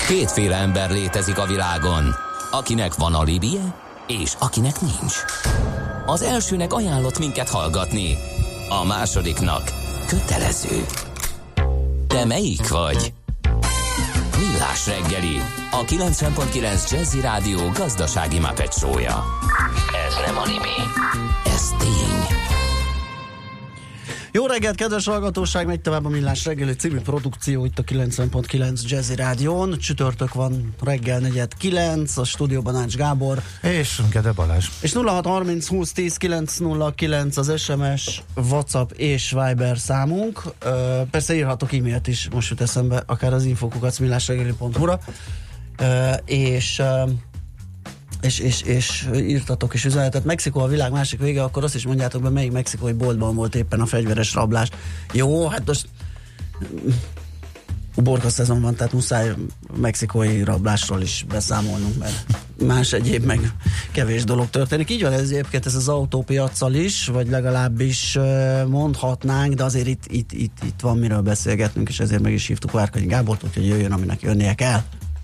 Kétféle ember létezik a világon, akinek van alibije, és akinek nincs. Az elsőnek ajánlott minket hallgatni, a másodiknak kötelező. Te melyik vagy? Millás reggeli, a 90.9 Jazzy Rádió gazdasági Muppet show-ja. Ez nem anime, ez tény. Jó reggelt, kedves hallgatóság, megy tovább a Millás reggeli című produkció itt a 90.9 Jazzy Rádión. Csütörtök van, reggel 4:09, a stúdióban Ács Gábor. És Gede Balázs. És 0630 20 10 909 az SMS, WhatsApp és Viber számunk. Persze írhatok e-mailt is, most jut eszembe, akár az info@millásreggeli.hu-ra. És írtatok is üzenetet. Mexikó a világ másik vége, akkor azt is mondjátok be, melyik mexikói boltban volt éppen a fegyveres rablás. Jó, hát most uborka szezon van, tehát muszáj mexikói rablásról is beszámolnunk, mert más egyéb meg kevés dolog történik. Így van ez egyébként, ez az autópiaccal is, vagy legalábbis mondhatnánk, de azért itt van miről beszélgetnünk, és ezért meg is hívtuk Várkonyi Gábort, úgyhogy jöjjön, aminek jönnie kell.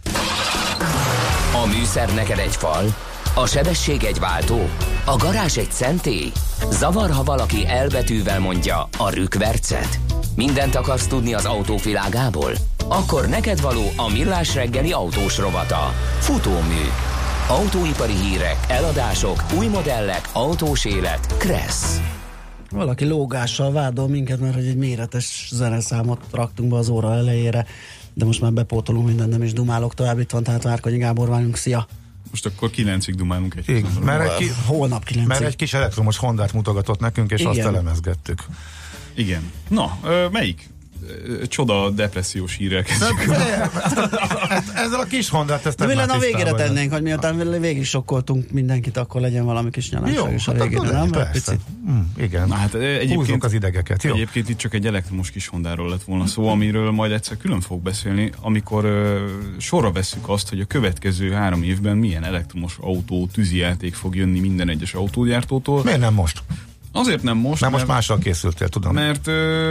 A műszer neked egy fal, a sebesség egy váltó, a garázs egy szentély. Zavar, ha valaki elbetűvel mondja a rükvercet. Mindent akarsz tudni az autók világából? Akkor neked való a Millás reggeli autós rovata. Futómű. Autóipari hírek, eladások, új modellek, autós élet. Kressz. Valaki lógással vádol minket, mert hogy egy méretes zeneszámot raktunk be az óra elejére, de most már bepótolunk mindent, nem is dumálok tovább. Itt van tehát Várkonyi Gábor velünk, szia! Most akkor 9-ig dumálunk egy kicsit. Holnap 9-ig. Mert egy kis elektromos Hondát mutogatott nekünk, és igen, azt elemezgettük. Igen. Na, melyik csoda depressziós hírrel kezdjük? Ezzel a kis Hondát ezt de mi lenne a végére tennénk, hogy miután végig sokkoltunk mindenkit, akkor legyen valami kis nyalánkság is a végére, nem? Persze. Igen. Na, hát húzzuk az idegeket. Jó? Egyébként itt csak egy elektromos kis Hondáról lett volna szó, amiről majd egyszer külön fog beszélni, amikor sorra vesszük azt, hogy a következő 3 évben milyen elektromos autó tűzijáték fog jönni minden egyes autógyártótól. Miért nem most? Azért nem most. Mert most mással készültél, tudom. Mert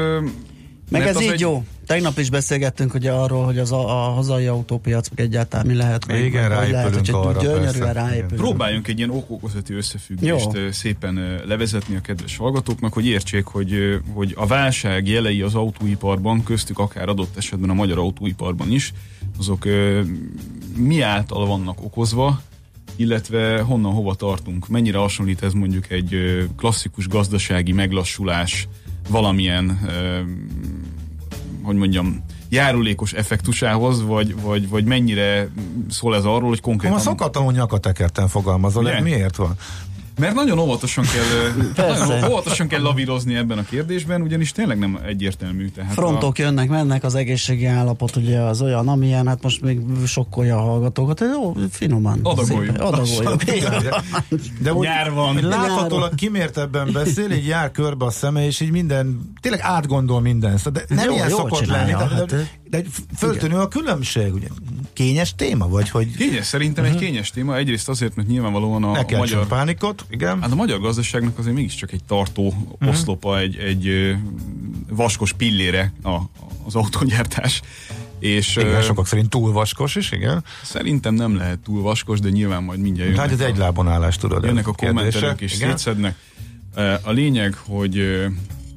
ez így jó. Tegnap is beszélgettünk ugye arról, hogy a hazai autópiac meg egyáltalán mi lehet. Igen, ráépülünk arra. Gyönyörűen ráépülünk. Próbáljunk egy ilyen ok-okozati összefüggést szépen levezetni a kedves hallgatóknak, hogy értsék, hogy a válság jelei az autóiparban, köztük akár adott esetben a magyar autóiparban is, azok mi által vannak okozva, illetve honnan hova tartunk. Mennyire hasonlít ez mondjuk egy klasszikus gazdasági meglassulás valamilyen, hogy mondjam, járulékos effektusához, vagy mennyire szól ez arról, hogy konkrétan... Ma szokatlanul nyakatekerten fogalmazol, ez miért van? Mert nagyon óvatosan kell lavírozni ebben a kérdésben, ugyanis tényleg nem egyértelmű. Tehát frontok jönnek, mennek, az egészségi állapot ugye az olyan, amilyen, hát most még sokkolja a hallgatókat, jó, finoman. Adagoljuk. De nyár van. Láthatólag kimértebben beszél, így jár körbe a szeme, és így minden, tényleg átgondol minden. De nem ilyen szokott lenni. De föltűnő a különbség, ugye? Kényes téma, vagy hogy... Kényes, szerintem egy kényes téma. Egyrészt azért, mert nyilvánvalóan a magyar... pánikot, igen. Hát a magyar gazdaságnak azért mégiscsak egy tartó oszlopa, egy vaskos pillére az autógyártás. És igen, sokak szerint túl vaskos is, igen. Szerintem nem lehet túl vaskos, de nyilván majd mindjárt jönnek. Hát ez egy lábon állás, tudod. Jönnek a kommentelők és szétszednek. A lényeg, hogy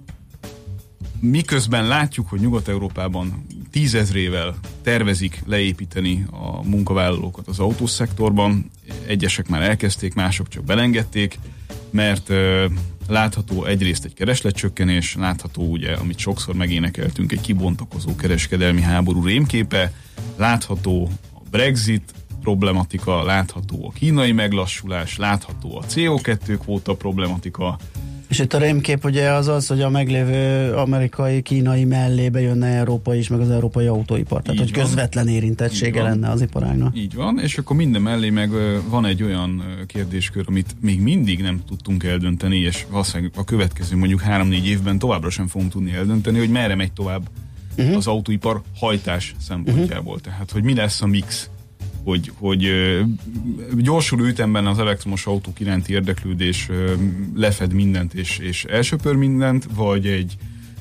miközben látjuk, hogy Nyugat-Európában 10 000-ével tervezik leépíteni a munkavállalókat az autószektorban, egyesek már elkezdték, mások csak belengedték, mert látható egyrészt egy keresletcsökkenés, látható ugye, amit sokszor megénekeltünk, egy kibontakozó kereskedelmi háború rémképe, látható a Brexit problematika, látható a kínai meglassulás, látható a CO2 kvóta problematika. És itt a rémkép ugye az, hogy a meglévő amerikai, kínai mellébe jönne Európa is, meg az európai autóipar. Tehát, hogy közvetlen érintettsége lenne az iparágnak. Így van, és akkor minden mellé meg van egy olyan kérdéskör, amit még mindig nem tudtunk eldönteni, és valószínűleg a következő mondjuk 3-4 évben továbbra sem fogunk tudni eldönteni, hogy merre megy tovább az autóipar hajtás szempontjából. Tehát, hogy mi lesz a mix. Hogy gyorsuló ütemben az elektromos autók iránti érdeklődés lefed mindent és elsöpör mindent, vagy egy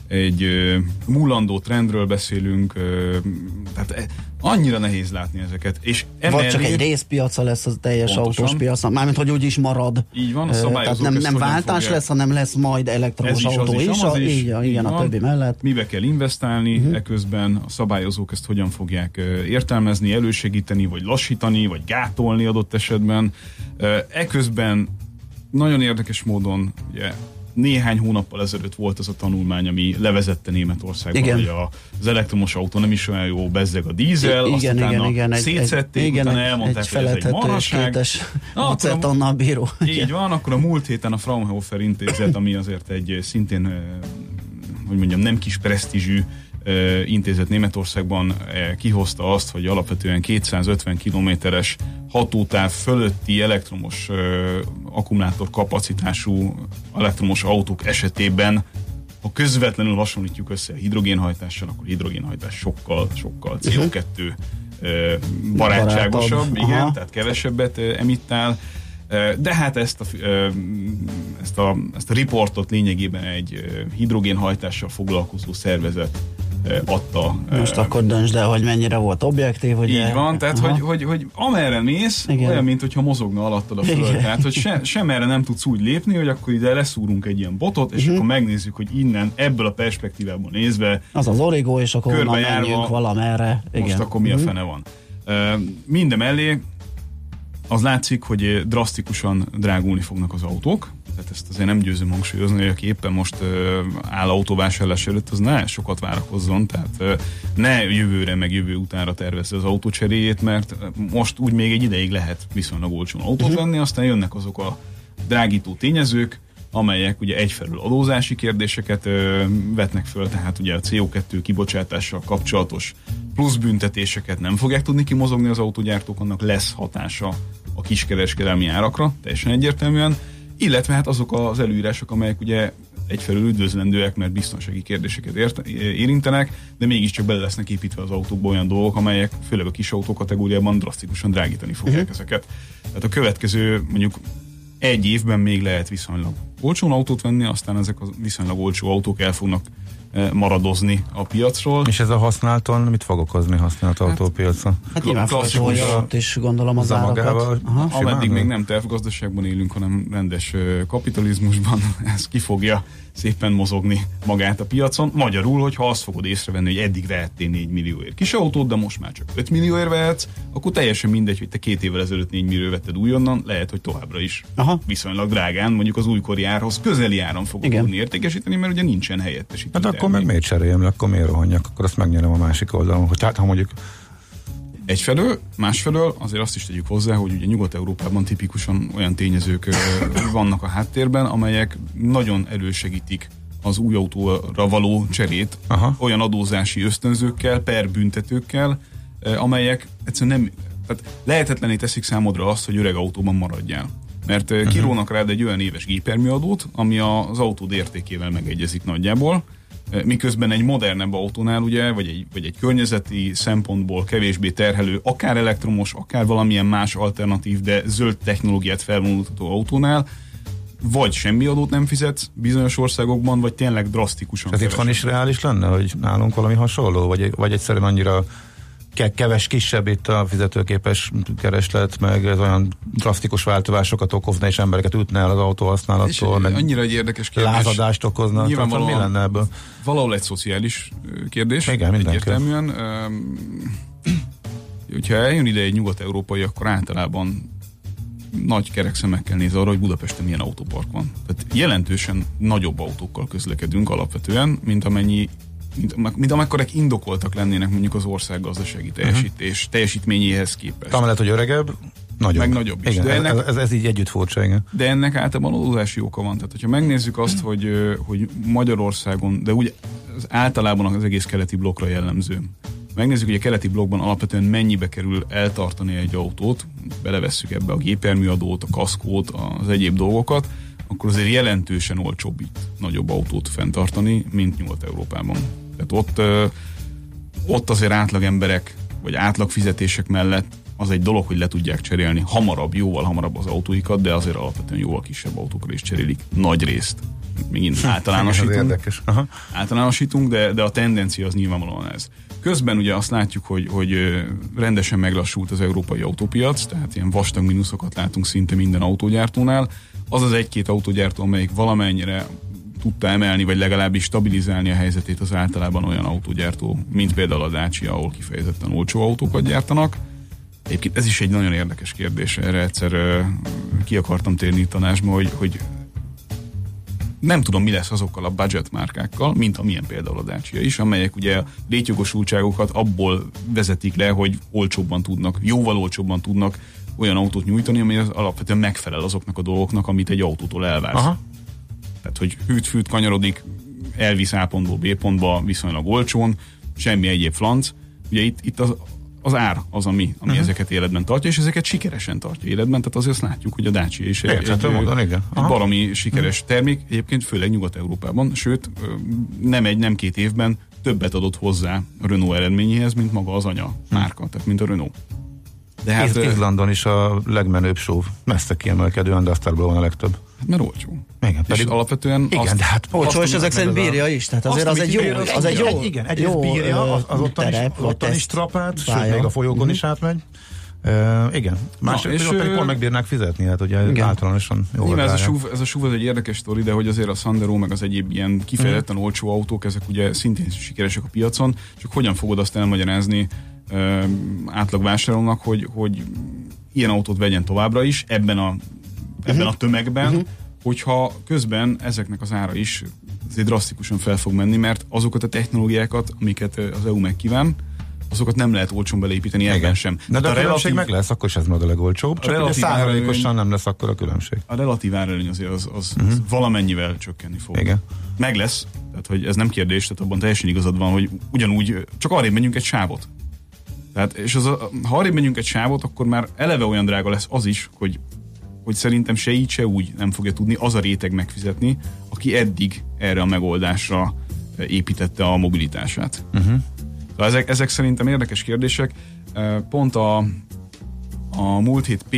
egy múlandó trendről beszélünk, tehát annyira nehéz látni ezeket. És vagy csak egy részpiaca lesz az teljes pontosan, autós piac, mármint hogy úgy is marad. Így van, a szabályozók tehát nem váltás lesz, hanem lesz majd elektromos autó is. Igen, a többi mellett. Mibe kell investálni, eközben a szabályozók ezt hogyan fogják értelmezni, elősegíteni, vagy lassítani, vagy gátolni adott esetben. Eközben nagyon érdekes módon, ugye, néhány hónappal ezelőtt volt az a tanulmány, ami levezette Németországban, igen, hogy az elektromos autó nem is olyan jó, bezzeg a dízel, azt utána szétszették, utána elmondták, hogy ez egy marhaság. Annal bíró. Így van, akkor a múlt héten a Fraunhofer intézet, ami azért egy szintén, hogy mondjam, nem kis presztízsű intézet Németországban kihozta azt, hogy alapvetően 250 kilométeres hatótáv fölötti elektromos akkumulátor kapacitású elektromos autók esetében, ha közvetlenül hasonlítjuk össze a hidrogénhajtással, akkor hidrogénhajtás sokkal CO2 barátságosabb, igen, tehát kevesebbet emittál. De hát ezt a riportot lényegében egy hidrogénhajtással foglalkozó szervezet adta. Most akkor döntsd el, hogy mennyire volt objektív. Ugye? Így van, tehát hogy amerre mész, igen, olyan, mint hogyha mozogna alattad a föld. Igen. Tehát, hogy sem erre nem tudsz úgy lépni, hogy akkor ide leszúrunk egy ilyen botot, és akkor megnézzük, hogy innen, ebből a perspektívából nézve az az origó, és akkor onnan menjünk valamerre. Igen. Most akkor mi a fene van. Mindemellé az látszik, hogy drasztikusan drágulni fognak az autók, tehát ezt azért nem győzöm hangsúlyozni, hogy aki éppen most áll autóvásárlás előtt, az ne sokat várakozzon, tehát ne jövőre meg jövő utánra tervezze az autócseréjét, mert most úgy még egy ideig lehet viszonylag olcsón autót venni, aztán jönnek azok a drágító tényezők, amelyek ugye egyfelől adózási kérdéseket vetnek föl, tehát ugye a CO2 kibocsátással kapcsolatos plusz büntetéseket nem fogják tudni kimozogni az autógyártók, annak lesz hatása a kiskereskedelmi árakra, teljesen egyértelműen, illetve hát azok az előírások, amelyek ugye egyfelől üdvözlendőek, mert biztonsági kérdéseket érintenek, de mégiscsak bele lesznek építve az autókba olyan dolgok, amelyek főleg a kis autó kategóriában drasztikusan drágítani fogják ezeket. Tehát a következő mondjuk egy évben még lehet viszonylag olcsón autót venni, aztán ezek a viszonylag olcsó autók el fognak maradozni a piacról. És ez a használton mit fog okozni használt autópiacon? Hát nyilván ott is gondolom az árakat. Ameddig még nem tervgazdaságban élünk, hanem rendes kapitalizmusban, ez ki fogja szépen mozogni magát a piacon. Magyarul, hogyha azt fogod észrevenni, hogy eddig vehettél 4 millióért kis autót, de most már csak 5 millióért vehetsz, akkor teljesen mindegy, hogy te 2 évvel ezelőtt 4 millió vetted újonnan, lehet, hogy továbbra is viszonylag drágán, mondjuk az újkori árhoz közeli áron fogod tudni értékesíteni, mert ugye nincsen helyettesítő. Hát akkor meg miért cseréljem le, akkor miért rohanjak, akkor azt megnyerem a másik oldalon, hogy tehát ha mondjuk egyfelől, másfelől azért azt is tegyük hozzá, hogy ugye Nyugat-Európában tipikusan olyan tényezők vannak a háttérben, amelyek nagyon elősegítik az új autóra való cserét, olyan adózási ösztönzőkkel, per büntetőkkel, amelyek egyszerűen nem, tehát lehetetlené teszik számodra azt, hogy öreg autóban maradjál. Mert kirónak rád egy olyan éves gépjárműadót, ami az autód értékével megegyezik nagyjából, miközben egy modernebb autónál, ugye, vagy egy környezeti szempontból kevésbé terhelő, akár elektromos, akár valamilyen más alternatív, de zöld technológiát felvonultató autónál, vagy semmi adót nem fizetsz bizonyos országokban, vagy tényleg drasztikusan. Ez itthon is reális lenne, hogy nálunk valami hasonló, vagy egyszerűen annyira kisebb itt a fizetőképes kereslet, meg ez olyan drasztikus változásokat okozna, és embereket ütne el az autóhasználattól, meg annyira egy érdekes kérdés. Lázadást okozna. Nyilvánvalóan mi lenne ebből? Valahol egy szociális kérdés. Igen, egyértelműen. Hogyha eljön ide egy nyugat-európai, akkor általában nagy kerek szemekkel néz arra, hogy Budapesten milyen autópark van. Tehát jelentősen nagyobb autókkal közlekedünk alapvetően, mint amekkorek indokoltak lennének mondjuk az ország gazdasági teljesítményéhez képest. Amellett, hogy öregebb, nagyobb. Meg nagyobb is. Igen, de ez így együtt furcsa, igen. De ennek általában adózási oka van. Tehát, hogyha megnézzük azt, hogy Magyarországon, de úgy általában az egész keleti blokkra jellemző. Megnézzük, hogy a keleti blokkban alapvetően mennyibe kerül eltartani egy autót, belevesszük ebbe a gépjárműadót, a kaszkót, az egyéb dolgokat, akkor azért jelentősen olcsóbb itt nagyobb autót fenntartani, mint Nyugat-Európában. Tehát ott azért átlag emberek, vagy átlag fizetések mellett az egy dolog, hogy le tudják cserélni jóval hamarabb az autóikat, de azért alapvetően jóval kisebb autókra is cserélik nagy részt megint általánosítunk, de a tendencia az nyilvánvalóan ez. Közben ugye azt látjuk, hogy rendesen meglassult az európai autópiac, tehát ilyen vastag mínuszokat látunk szinte minden autógyártónál. Az az egy-két autógyártó, amelyik valamennyire tudta emelni, vagy legalábbis stabilizálni a helyzetét, az általában olyan autógyártó, mint például a Dacia, ahol kifejezetten olcsó autókat gyártanak. Egyébként ez is egy nagyon érdekes kérdés, erre egyszer ki akartam térni itt tanácsba, hogy nem tudom, mi lesz azokkal a budget márkákkal, mint amilyen például a Dacia is, amelyek ugye létjogosultságokat abból vezetik le, hogy jóval olcsóbban tudnak olyan autót nyújtani, ami az alapvetően megfelel azoknak a dolgoknak, amit egy autótól elvársz. Aha. Tehát, hogy hűt kanyarodik, elvisz A pontból B pontba viszonylag olcsón, semmi egyéb flanc. Ugye itt az ár az, ami ezeket életben tartja, és ezeket sikeresen tartja életben, tehát azért azt látjuk, hogy a Dacia is egy baromi sikeres termék, egyébként főleg Nyugat-Európában, sőt, nem 2 évben többet adott hozzá a Renault eredményéhez, mint maga az anya márka, tehát mint a Renault. De hát Izlandon is a legmenőbb SUV, messze kiemelkedően, de aztán van a legtöbb. Hát mert olcsó. Igen, és alapvetően igen, de hát olcsó, és ezek szerint bírja is, tehát azért az egy jó. Igen, egyrészt bírja, az ottan is trapát, sőt, még a folyókon is átmegy. Igen. Másrészt pedig pont megbírnák fizetni, hát ugye általánosan jól ez a SUV egy érdekes sztori, de hogy azért a Sandero meg az egyéb ilyen kifejezetten olcsó autók, ezek ugye szintén sikeresek a piacon, csak hogyan fogod azt elmagyarázni átlagvásárlónak, hogy ilyen autót vegyen továbbra is ebben a tömegben, hogyha közben ezeknek az ára is azért drasztikusan fel fog menni, mert azokat a technológiákat, amiket az EU megkíván, azokat nem lehet olcsón beleépíteni ebben sem. De a különbség meg lesz, akkor is ez majd a legolcsóbb, csak ugye százalékosan nem lesz akkor a különbség. A relatív árelőny azért az valamennyivel csökkenni fog. Igen. Meg lesz, tehát hogy ez nem kérdés, tehát abban teljesen igazad van, hogy ugyanúgy csak arrébb menjünk egy sávot. Tehát, és ha arrébb menjünk egy sávot, akkor már eleve olyan drága lesz az is, hogy szerintem se így, se úgy nem fogja tudni az a réteg megfizetni, aki eddig erre a megoldásra építette a mobilitását. Ezek szerintem érdekes kérdések. Pont a múlt hét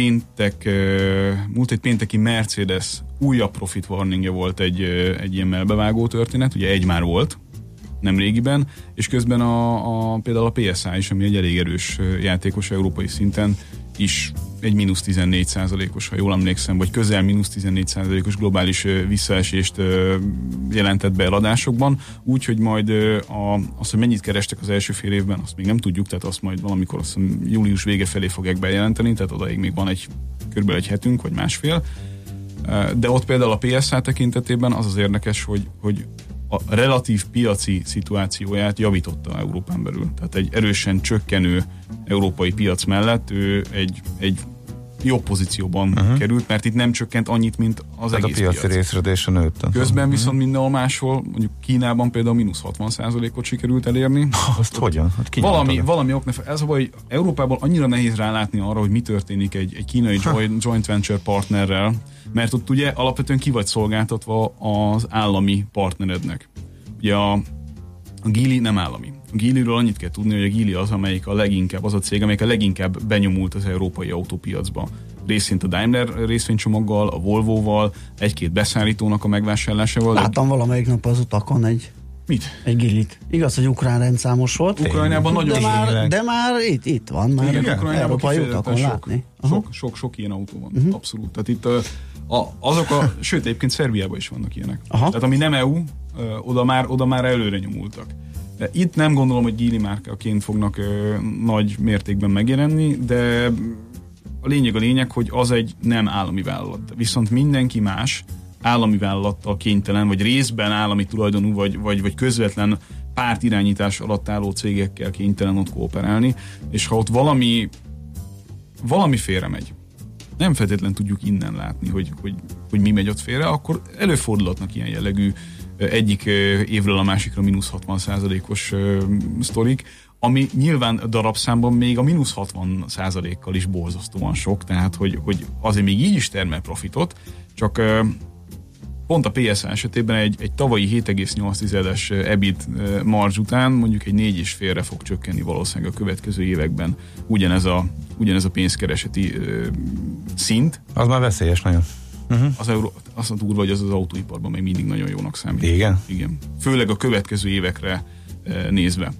pénteki Mercedes újabb profit warningja volt egy ilyen melbevágó történet, ugye egy már volt nem régiben, és közben például a PSA is, ami egy elég erős játékos európai szinten is egy mínusz 14%-os, ha jól emlékszem, vagy közel mínusz 14%-os globális visszaesést jelentett be eladásokban, úgyhogy majd azt, hogy mennyit kerestek az első fél évben, azt még nem tudjuk, tehát azt majd valamikor azt július vége felé fogják bejelenteni, tehát odaig még van körülbelül egy hetünk, vagy másfél. De ott például a PSA tekintetében az érdekes, hogy a relatív piaci szituációját javította Európán belül. Tehát egy erősen csökkenő európai piac mellett ő egy jobb pozícióban került, mert itt nem csökkent annyit, mint az egész piac. A piaci részredése nőtt. Közben viszont mindenhol máshol, mondjuk Kínában például mínusz 60%-ot sikerült elérni. Azt hogyan? Hát valami oknál. Ez a baj, hogy Európában annyira nehéz rálátni arra, hogy mi történik egy kínai joint venture partnerrel, mert ott ugye alapvetően ki vagy szolgáltatva az állami partnerednek. Ugye a Geely nem állami. A Geelyről annyit kell tudni, hogy a Geely az, amelyik az a cég, amelyik a leginkább benyomult az európai autópiacba. Részint a Daimler részvénycsomaggal, a Volvoval, egy-két beszállítónak a megvásárlásával. Láttam valamelyik nap az utakon egy Geelyt. Igaz, hogy ukrán rendszámos volt. Ukrajnában nagyon de már itt van, már európai utakon látni. Sok ilyen autó van, abszolút. Tehát itt sőt, egyébként Szerbiában is vannak ilyenek. Aha. Tehát ami nem EU, oda már előre nyomultak. De itt nem gondolom, hogy Geely márkaként fognak nagy mértékben megjelenni, de a lényeg, hogy az egy nem állami vállalat. Viszont mindenki más állami vállalattal kénytelen, vagy részben állami tulajdonú, vagy közvetlen pártirányítás alatt álló cégekkel kénytelen ott kooperálni, és ha ott valami félre megy, nem feltétlenül tudjuk innen látni, hogy mi megy ott félre, akkor előfordulhatnak ilyen jellegű egyik évről a másikra mínusz 60%-os sztorik, ami nyilván darabszámban még a mínusz 60%-kal is borzasztóan sok, tehát hogy azért még így is termel profitot, csak pont a PSA esetében egy tavalyi 7,8-es EBIT marzs után mondjuk egy 4,5-re fog csökkenni valószínűleg a következő években ugyanez a pénzkereseti szint. Az már veszélyes nagyon. Az a durva, hogy az autóiparban még mindig nagyon jónak számít. Igen? Főleg a következő évekre nézve.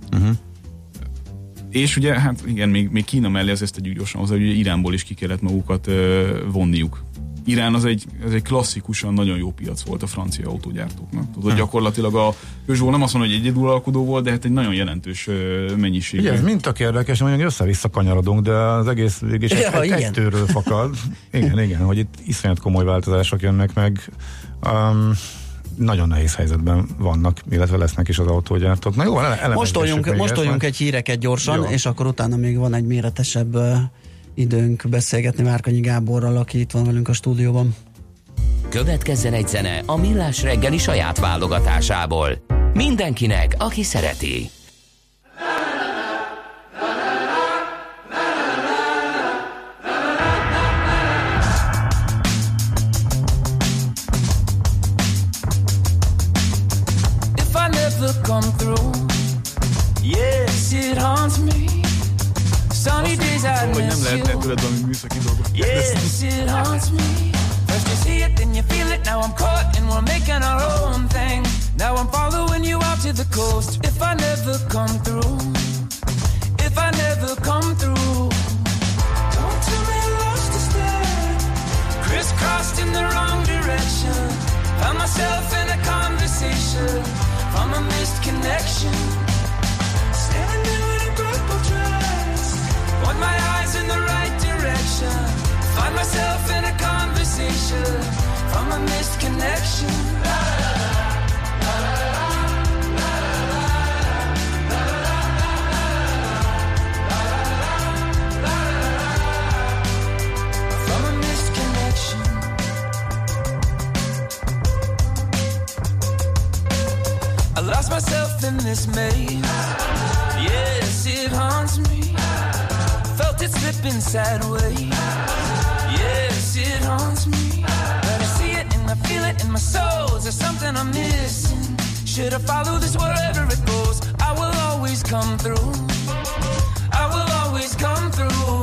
És ugye, hát igen, még Kína mellé ezt tegyük gyorsan hozzá, hogy Iránból is ki kellett magukat vonniuk. Irán az egy klasszikusan nagyon jó piac volt a francia autógyártóknak. Tudod, gyakorlatilag a Peugeot nem azt mondom, hogy egyedülalkodó volt, de hát egy nagyon jelentős mennyiség. Igen, ez mintak érdekes, mondjuk össze-vissza kanyarodunk, de az egész végig kettőről fakad. Igen, hogy itt iszonyat komoly változások jönnek meg. Nagyon nehéz helyzetben vannak, illetve lesznek is az autógyártók. Na jó, mostoljunk egy híreket gyorsan, és akkor utána még van egy méretesebb időnk beszélgetni Márkonyi Gáborral, aki itt van velünk a stúdióban. Következzen egy zene a Millás reggeli saját válogatásából. Mindenkinek, aki szereti. If I never come through, yes, it haunts me. Sunny days I miss you. Yes, it haunts me. First you see it, then you feel it. Now I'm caught and we're making our own thing. Now I'm following you out to the coast. If I never come through, if I never come through, don't tell me I lost a step. Crisscrossed in the wrong direction. Found myself in a conversation from a missed connection. Standing there with a purple dress. Want my eyes in the right direction. Find myself in a conversation from a missed connection. La, la, la, la, la, la, la, from a missed connection. I lost myself in this maze. Yes, it haunts me. Felt it slipping sideways. Yes, it haunts me. But I see it and I feel it in my soul. Is there something I'm missing? Should I follow this wherever it goes? I will always come through. I will always come through.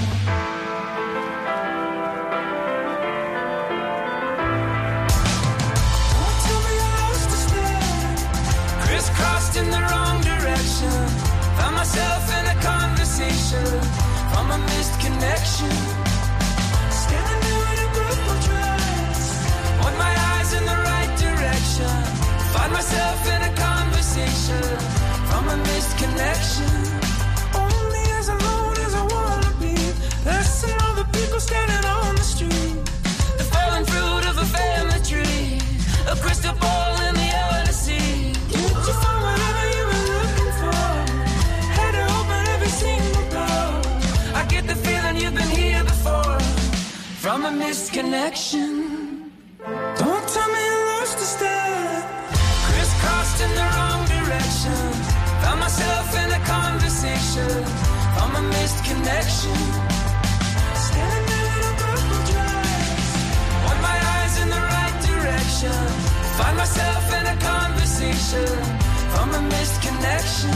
Don't tell me I lost a step. Crisscrossed in the wrong direction. Found myself in a conversation from a missed connection. Standing there in a purple dress. Want my eyes in the right direction. Find myself in a conversation from a missed connection. Only as alone as I wanna be. Less than all the people standing on the street. The fallen fruit of a family tree. A crystal ball in the air to see. Did you find whatever you were looking for? Had to open every single door. I get the feeling you've been here before. From a missed connection. Don't tell me I lost a step. Crisscrossed in the wrong direction. Found myself in a conversation from a missed connection. Standing there in a purple dress. Want my eyes in the right direction. Find myself in a conversation from a missed connection.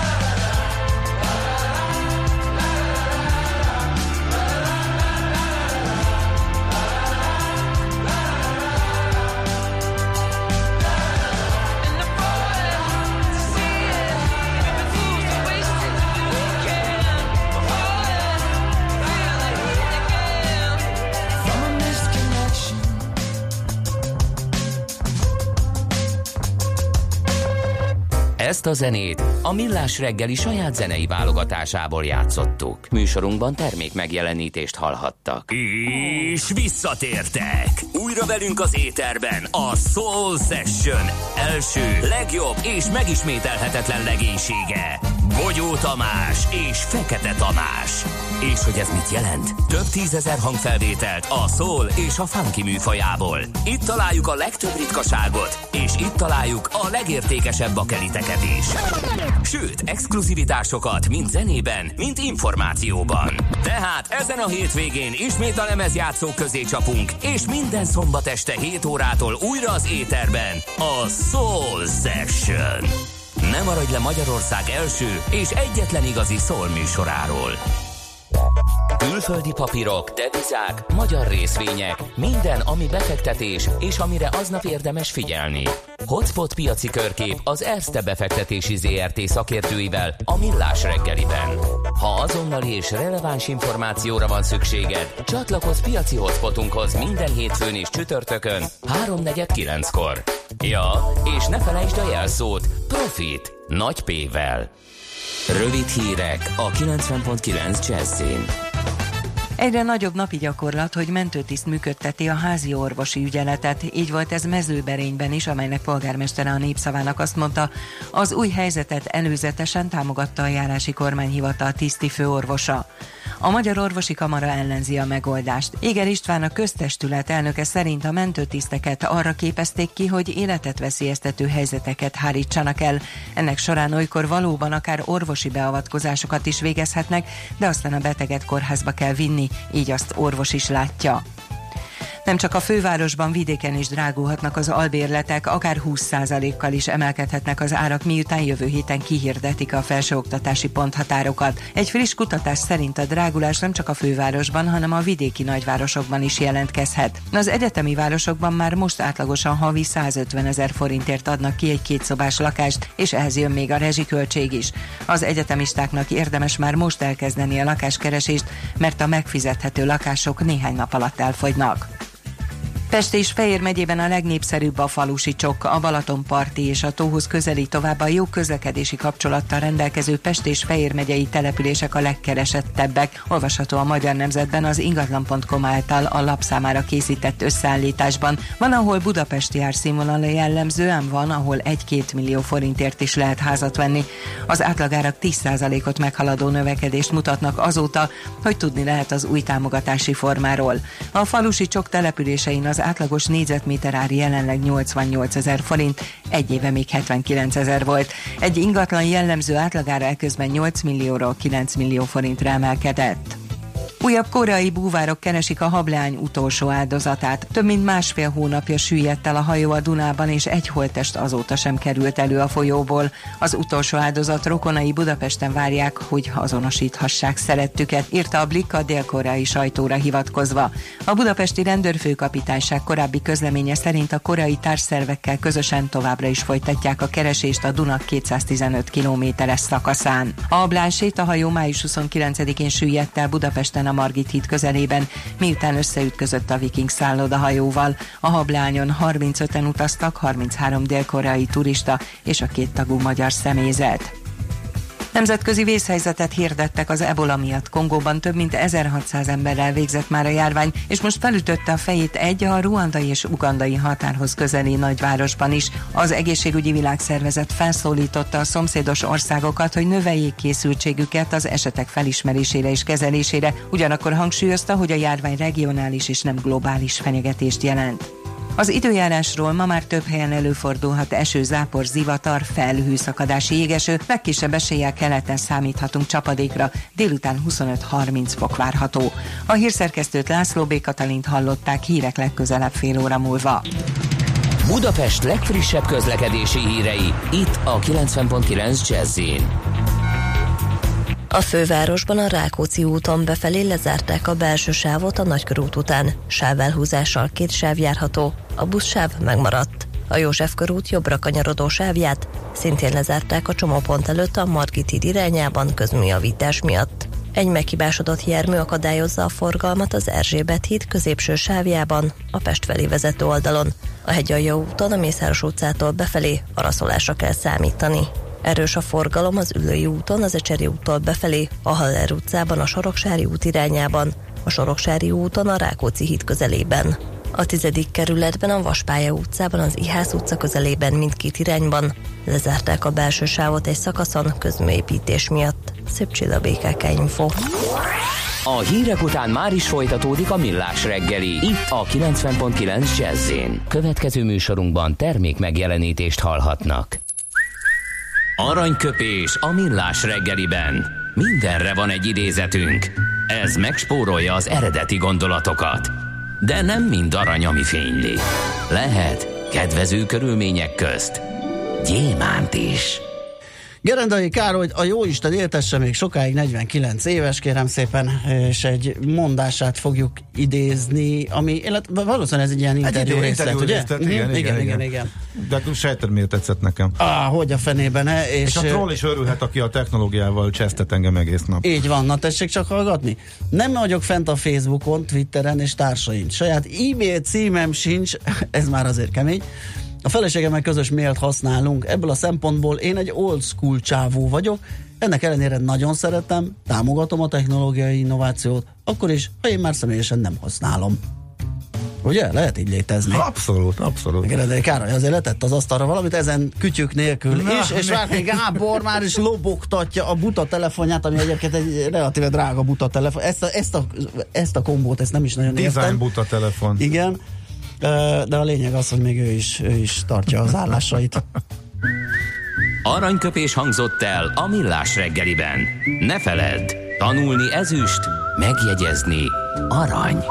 Ezt a zenét a Millás reggeli saját zenei válogatásából játszottuk. Műsorunkban termék megjelenítést hallhattak. És visszatértek! Újra velünk az éterben a Soul Session első, legjobb és megismételhetetlen legénysége. Bogyó Tamás és Fekete Tamás. És hogy ez mit jelent? Több 10 000 hangfelvételt a soul és a funky műfajából. Itt találjuk a legtöbb ritkaságot, és itt találjuk a legértékesebb bakeliteket is. Sőt, exkluzivitásokat mind zenében, mind információban. Tehát ezen a hétvégén ismét a lemezjátszók közé csapunk, és minden szombat este 7 órától újra az éterben a Soul Session. Ne maradj le Magyarország első és egyetlen igazi soul műsoráról. Külföldi papírok, devizák, magyar részvények, minden, ami befektetés és amire aznap érdemes figyelni. Hotspot piaci körkép az Erste befektetési ZRT szakértőivel a Millás reggeliben. Ha azonnali és releváns információra van szükséged, csatlakozz piaci hotspotunkhoz minden hétfőn és csütörtökön 3:49-kor. Ja, és ne felejtsd a jelszót Profit nagy P-vel. Rövid hírek a 90.9 Jazzin. Egyre nagyobb napi gyakorlat, hogy mentőtiszt működteti a házi orvosi ügyeletet. Így volt ez Mezőberényben is, amelynek polgármestere a Népszavának azt mondta, az új helyzetet előzetesen támogatta a járási kormányhivatal tiszti főorvosa. A Magyar Orvosi Kamara ellenzi a megoldást. Éger István, a köztestület elnöke szerint a mentőtiszteket arra képezték ki, hogy életet veszélyeztető helyzeteket hárítsanak el. Ennek során olykor valóban akár orvosi beavatkozásokat is végezhetnek, de aztán a beteget kórházba kell vinni, így azt orvos is látja. Nem csak a fővárosban, vidéken is drágulhatnak az albérletek, akár 20%-kal is emelkedhetnek az árak, miután jövő héten kihirdetik a felsőoktatási ponthatárokat. Egy friss kutatás szerint a drágulás nem csak a fővárosban, hanem a vidéki nagyvárosokban is jelentkezhet. Az egyetemi városokban már most átlagosan havi 150 000 forintért adnak ki egy kétszobás lakást, és ehhez jön még a rezsiköltség is. Az egyetemistáknak érdemes már most elkezdeni a lakáskeresést, mert a megfizethető lakások néhány nap alatt elfogynak. Pest és Fejér megyében a legnépszerűbb a falusi csokk, a Balatonparti és a tóhoz közeli, továbbá jó közlekedési kapcsolattal rendelkező Pest és Fejér megyei települések a legkeresettebbek. Olvasható a Magyar Nemzetben az ingatlan.com által a lap számára készített összeállításban. Van, ahol budapesti árszínvonala jellemző, ám van, ahol 1-2 millió forintért is lehet házat venni. Az átlagárak 10%-ot meghaladó növekedést mutatnak azóta, hogy tudni lehet az új támogatási formáról. A falusi csokk településein az átlagos négyzetméter ár jelenleg 88 000 forint, egy éve még 79 000 volt. Egy ingatlan jellemző átlagára eközben 8 millióról 9 millió forintra emelkedett. Újabb koreai búvárok keresik a hableány utolsó áldozatát. Több mint másfél hónapja süllyedt el a hajó a Dunában, és egy holttest azóta sem került elő a folyóból. Az utolsó áldozat rokonai Budapesten várják, hogy azonosíthassák szerettüket, írta a Blick a dél-koreai sajtóra hivatkozva. A budapesti rendőrfőkapitányság korábbi közleménye szerint a koreai társszervekkel közösen továbbra is folytatják a keresést a Duna 215 kilométeres szakaszán. A hableány sétahajó május 29-én süllyedt el Budapesten a Margit híd közelében, miután összeütközött a Viking szállodahajóval. A hableányon 35-en utaztak, 33 dél-koreai turista és a 2 tagú magyar személyzet. Nemzetközi vészhelyzetet hirdettek az ebola miatt. Kongóban több mint 1600 emberrel végzett már a járvány, és most felütötte a fejét egy a ruandai és ugandai határhoz közeli nagyvárosban is. Az Egészségügyi Világszervezet felszólította a szomszédos országokat, hogy növeljék készültségüket az esetek felismerésére és kezelésére, ugyanakkor hangsúlyozta, hogy a járvány regionális és nem globális fenyegetést jelent. Az időjárásról: ma már több helyen előfordulhat eső, zápor, zivatar, felhőszakadási, jégeső, legkisebb eséllyel keleten számíthatunk csapadékra, délután 25-30 fok várható. A hírszerkesztőt, László B. Katalint hallották, hírek legközelebb fél óra múlva. Budapest legfrissebb közlekedési hírei, itt a 90.9 Jazzin. A fővárosban a Rákóczi úton befelé lezárták a belső sávot a Nagykörút után. Sávelhúzással 2 sáv járható, a buszsáv megmaradt. A József körút jobbra kanyarodó sávját szintén lezárták a csomópont előtt a Margit híd irányában közműjavítás miatt. Egy meghibásodott jármű akadályozza a forgalmat az Erzsébet híd középső sávjában, a Pest felé vezető oldalon. A Hegyalja úton a Mészáros utcától befelé araszolásra kell számítani. Erős a forgalom az Üllői úton, az Ecseri úttól befelé, a Haller utcában, a Soroksári út irányában, a Soroksári úton a Rákóczi híd közelében. A 10. kerületben, a Vaspálya utcában, az Ihász utca közelében mindkét irányban lezárták a belső sávot egy szakaszon közműépítés miatt. Szép Csilla, BKK Info. A hírek után már is folytatódik a Millás reggeli, itt a 90.9 Jazz-én. Következő műsorunkban termék megjelenítést hallhatnak. Aranyköpés a Millás reggeliben. Mindenre van egy idézetünk. Ez megspórolja az eredeti gondolatokat. De nem mind arany, ami fényli. Lehet kedvező körülmények közt gyémánt is. Gerendai Károly, a jóisten éltesse még sokáig, 49 éves, kérem szépen, és egy mondását fogjuk idézni, ami, illetve valószínűleg ez egy ilyen interjú részlet, ugye? Igen. De sejted, miért tetszett nekem? Hogy a fenében, és a troll is örülhet, aki a technológiával csesztet engem egész nap. Így van, na tessék csak hallgatni. Nem vagyok fent a Facebookon, Twitteren és társaim. Saját e-mail címem sincs, ez már azért kemény. A feleségemmel közös mailt használunk, ebből a szempontból én egy old school csávó vagyok, ennek ellenére nagyon szeretem, támogatom a technológiai innovációt, akkor is, ha én már személyesen nem használom. Ugye? Lehet így létezni. Abszolút. Gerendai Károly azért letett az asztalra valamit ezen kütyük nélkül. És Várkonyi Gábor már is lobogtatja a buta telefonját, ami egyébként egy relatíve drága buta telefon. Ezt a kombót, ezt nem is nagyon értem. Design buta telefon. Igen. De a lényeg az, hogy még ő is tartja az állásait. Aranyköpés hangzott el a Millás reggeliben. Ne feledd, tanulni ezüst, megjegyezni arany.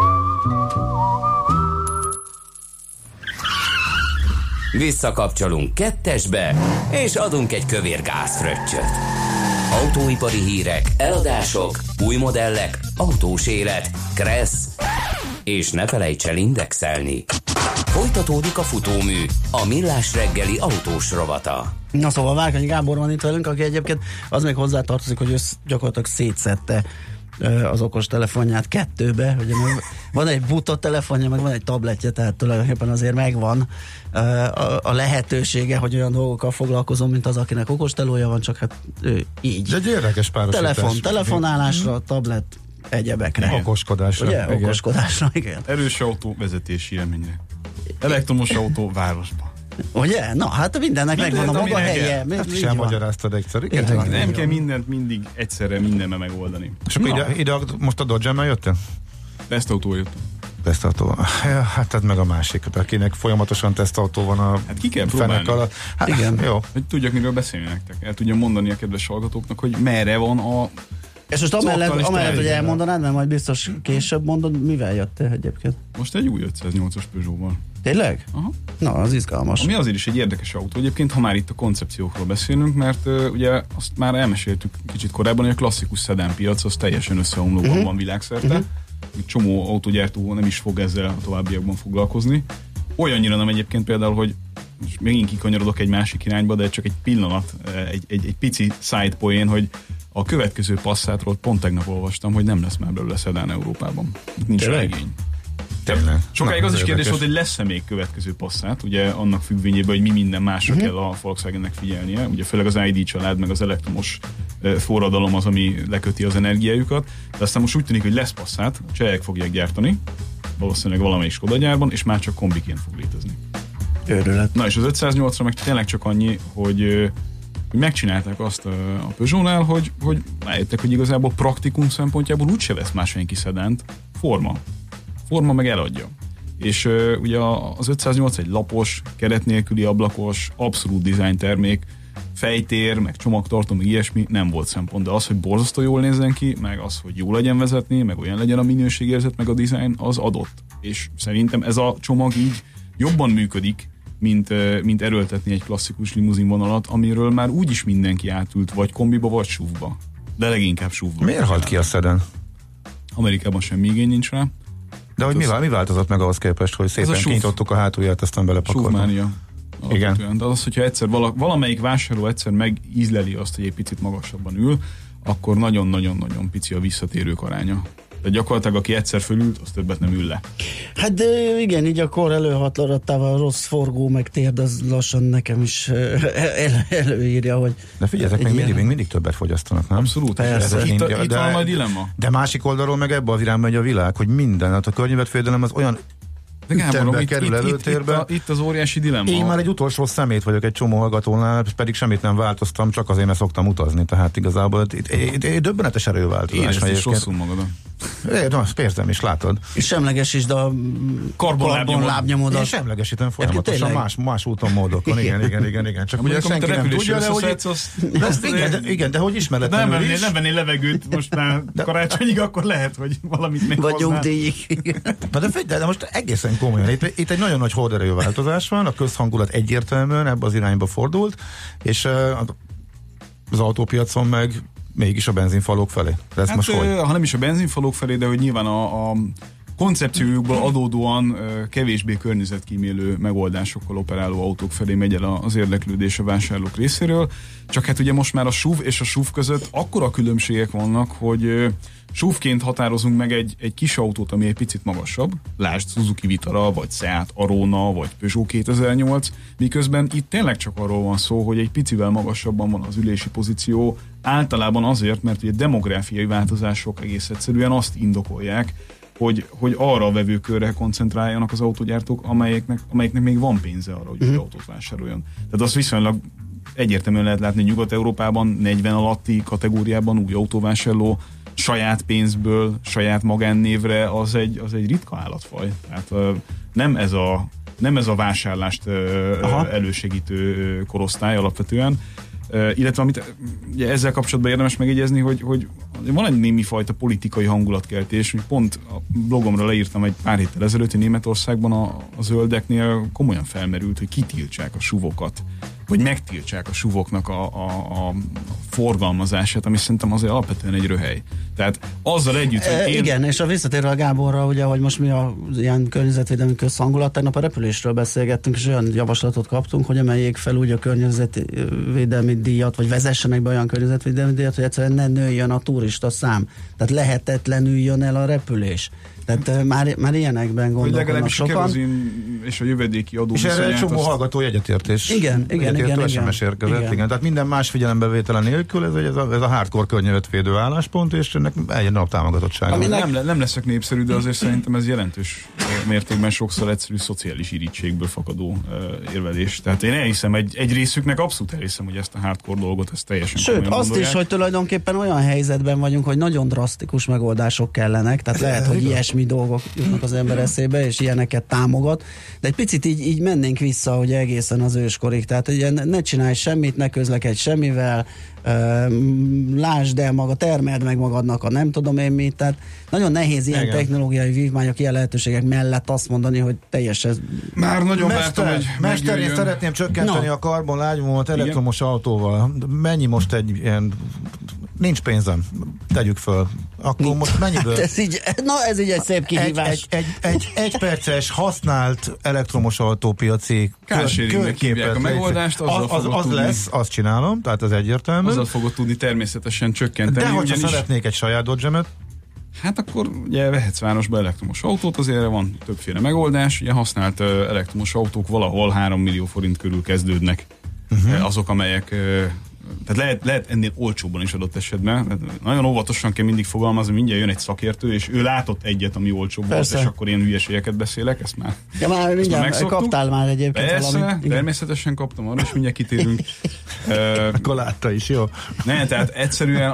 Visszakapcsolunk 2-esbe, és adunk egy kövér gázfröccsöt. Autóipari hírek, eladások, új modellek, autós élet, kressz, és ne felejts el indexelni. Folytatódik a futómű, a Millás reggeli autós rovata. Na szóval Várkonyi Gábor van itt velünk, aki egyébként az még hozzátartozik, hogy ő gyakorlatilag szétszedte az okos telefonját 2-be, ugye van egy buta telefonja, meg van egy tabletje, tehát tulajdonképpen azért megvan a lehetősége, hogy olyan dolgokkal foglalkozom, mint az, akinek okostelója van, csak hát így. De egy érdekes párosítás. Telefonálásra, tablet, egyebekre. Okoskodásra. Ugye? Okoskodásra, igen. Erős autó vezetési élményre. Elektromos autó városba. Ugye? Na, hát mindennek megvan a maga helye. Ezt sem magyaráztad egyszer. Nem kell mindent mindig egyszerre mindenben megoldani. És akkor ide most a Dodge-emmel jöttél? Tesztautó jöttem. Tesztautó. Ja, hát tehát meg a másik, akinek folyamatosan tesztautó van a hát ki kell fenek alatt. Hát igen. Jó. Hogy tudjak, miről beszélni nektek. El tudjam mondani a kedves hallgatóknak, hogy merre van a... És most amellett, hogy elmondanád, mert majd biztos később mondod, mivel jöttél egyébként? Most egy új 508-as Peugeot-val. Tényleg? Aha. Na, az izgalmas. Ami azért is egy érdekes autó egyébként, ha már itt a koncepciókról beszélünk, mert ugye azt már elmeséltük kicsit korábban, hogy a klasszikus szedánpiac az teljesen összeomlóban van világszerte. Egy csomó autógyártó nem is fog ezzel a továbbiakban foglalkozni. Olyannyira nem egyébként például, hogy most megint kikanyarodok egy másik irányba, de csak egy pillanat, egy pici side poén, hogy a következő Passatról pont tegnap olvastam, hogy nem lesz már belőle szedán Európában. Itt nincs rá igény. Sokáig az is kérdés volt, hogy lesz-e még következő Passat, ugye annak függvényében, hogy mi minden másra kell a Volkswagennek figyelnie, ugye főleg az ID család, meg az elektromos forradalom az, ami leköti az energiájukat, de aztán most úgy tűnik, hogy lesz Passat, a csehek fogják gyártani, valószínűleg valamelyik Skoda gyárban, és már csak kombiként fog létezni. Őrület. Na és az 508-ra meg tényleg csak annyi, hogy megcsinálták azt a Peugeot-nál, hogy rájöttek, hogy igazából praktikum szempontjából úgyse vesz más senki szedánt, forma meg eladja. És ugye az 508 egy lapos, keret nélküli ablakos, abszolút design termék, fejtér, meg csomagtartó, meg ilyesmi nem volt szempont, de az, hogy borzasztó jól nézzen ki, meg az, hogy jó legyen vezetni, meg olyan legyen a minőségérzet, meg a design, az adott. És szerintem ez a csomag így jobban működik, mint erőltetni egy klasszikus limuzinvonalat, amiről már úgyis mindenki átült, vagy kombiba, vagy SUV-ba. De leginkább SUV-ba. Miért halt ki a szeden? Amerikában semmi igény nincs rá. De hogy mi változott meg ahhoz képest, hogy szépen kinyitottuk a hátulját, aztán belepakoltuk? SUV-mánia. Igen. De az, hogyha egyszer valamelyik vásárló egyszer megízleli azt, hogy egy picit magasabban ül, akkor nagyon-nagyon-nagyon pici a visszatérők aránya. De gyakorlatilag aki egyszer fölült, az többet nem ül le. Hát de igen, így akkor előhatlarottával rossz forgó meg térd, az lassan nekem is előírja, hogy... De figyeljetek, még mindig többet fogyasztanak, nem? Abszolút. Persze. Itt van majd dilemma. De másik oldalról meg ebbe az irányba megy a világ, hogy minden, hát a környezetvédelem az olyan ütembe kerül előtérbe. Itt az óriási dilemma. Én már egy utolsó szemét vagyok egy csomó hallgatónál, pedig semmit nem változtam, csak azért, mert szoktam utazni, tehát igazából itt döbbenetes erőváltozás. Érezd is rosszul magadon. Azt érzem is, látod. És semlegesítsd a karbonlábnyomodat. Én semlegesítem folyamatosan más úton, módokon. Igen. Csak ugye senki nem tudja, de hogy... Igen, de hogy ismered nem vennél levegőt most már karácsonyig, akkor lehet, hogy valamit még vagy nyugdíjig. De most egészen komolyan. Itt egy nagyon nagy horderejű változás van, a közhangulat egyértelműen ebbe az irányba fordult, és az autópiacon meg mégis a benzinfalók felé. De hát, most ha nem is a benzinfalók felé, de hogy nyilván a koncepciójukból adódóan kevésbé környezetkímélő megoldásokkal operáló autók felé megy el az érdeklődés a vásárlók részéről. Csak hát ugye most már a SUV és a SUV között akkora különbségek vannak, hogy SUV-ként határozunk meg egy kis autót, ami egy picit magasabb, lásd Suzuki Vitara, vagy Seat Arona, vagy Peugeot 2008, miközben itt tényleg csak arról van szó, hogy egy picivel magasabban van az ülési pozíció, általában azért, mert ugye demográfiai változások egész egyszerűen azt indokolják, hogy arra a vevőkörre koncentráljanak az autógyártók, amelyeknek még van pénze arra, hogy új autót vásároljon. Tehát azt viszonylag egyértelműen lehet látni, Nyugat-Európában 40 alatti kategóriában új autóvásárló saját pénzből, saját magánnévre az egy ritka állatfaj. Tehát nem ez a vásárlást elősegítő korosztály alapvetően. Illetve amit ugye ezzel kapcsolatban érdemes megjegyezni, hogy van egy némi fajta politikai hangulatkeltés, hogy pont a blogomra leírtam egy pár héttel ezelőtt, hogy Németországban a zöldeknél komolyan felmerült, hogy kitiltsák a SUV-okat, vagy megtiltsák a SUV-oknak a forgalmazását, ami szerintem azért alapvetően egy röhely. Tehát azzal együtt, hogy igen, és a visszatérve a Gáborra, ugye, hogy most mi a ilyen környezetvédelmi közhangulat, tegnap a repülésről beszélgettünk, és olyan javaslatot kaptunk, hogy emeljék fel úgy a környezetvédelmi díjat, vagy vezessenek be olyan környezetvédelmi díjat, hogy egyszerűen ne nőjön a turista szám. Tehát lehetetlenül jön el a repülés. Tehát már ilyenekben gondolkodnak sokan. A kerozin és a jövedéki adó és erre egy csomó hallgató egyetértés. Igen. SMS érkezett, igen. Tehát minden más figyelembevétele nélkül ez a hardcore környezetvédő álláspont, és ennek egy nap támogatottsága. Nem leszek népszerű, de azért szerintem ez jelentős mértékben sokszor egyszerű szociális irítségből fakadó érvelés. Tehát én elhiszem, egy részüknek abszolút elhiszem, hogy ezt a hardcore dolgot ezt teljesen sőt, azt gondolják. Is, hogy tulajdonképpen olyan helyzetben vagyunk, hogy nagyon drasztikus megoldások kellenek, tehát lehet, hogy ilyesmi dolgok jutnak az ember eszébe, és ilyeneket támogat, de egy picit így mennénk vissza, hogy egészen az őskorig, tehát ugye ne csinálj semmit, ne közlekedj semmivel, lásd el maga, termeld meg magadnak a nem tudom én mit, tehát nagyon nehéz ilyen technológiai vívmányok, ilyen lehetőségek mellett azt mondani, hogy teljesen... Már nagyon vártam, hogy Mester, én szeretném csökkenteni a karbonlábnyomot elektromos autóval. Mennyi most egy ilyen... Nincs pénzem, tegyük föl. Akkor most mennyiből? Ez így egy szép kihívás. Egy perces használt elektromos autópiaci körképet. A megoldást az lesz, azt csinálom, tehát az egyértelmű. Azzal fogod tudni természetesen csökkenteni. De hogyha szeretnék egy saját Dodge-emet, hát akkor ugye vehetsz városba elektromos autót, azért van többféle megoldás. Ugye használt elektromos autók valahol 3 millió forint körül kezdődnek. Azok, amelyek... Tehát lehet ennél olcsóbban is adott esetben. Nagyon óvatosan kell mindig fogalmazni, mindjárt jön egy szakértő, és ő látott egyet, ami olcsóbb volt, és akkor ilyen hülyeségeket beszélek, ezt már mindjárt kaptál már egyébként persze, valami. Természetesen kaptam arra, és mindjárt kitérünk. Akkor látta is, jó. Ne, tehát egyszerűen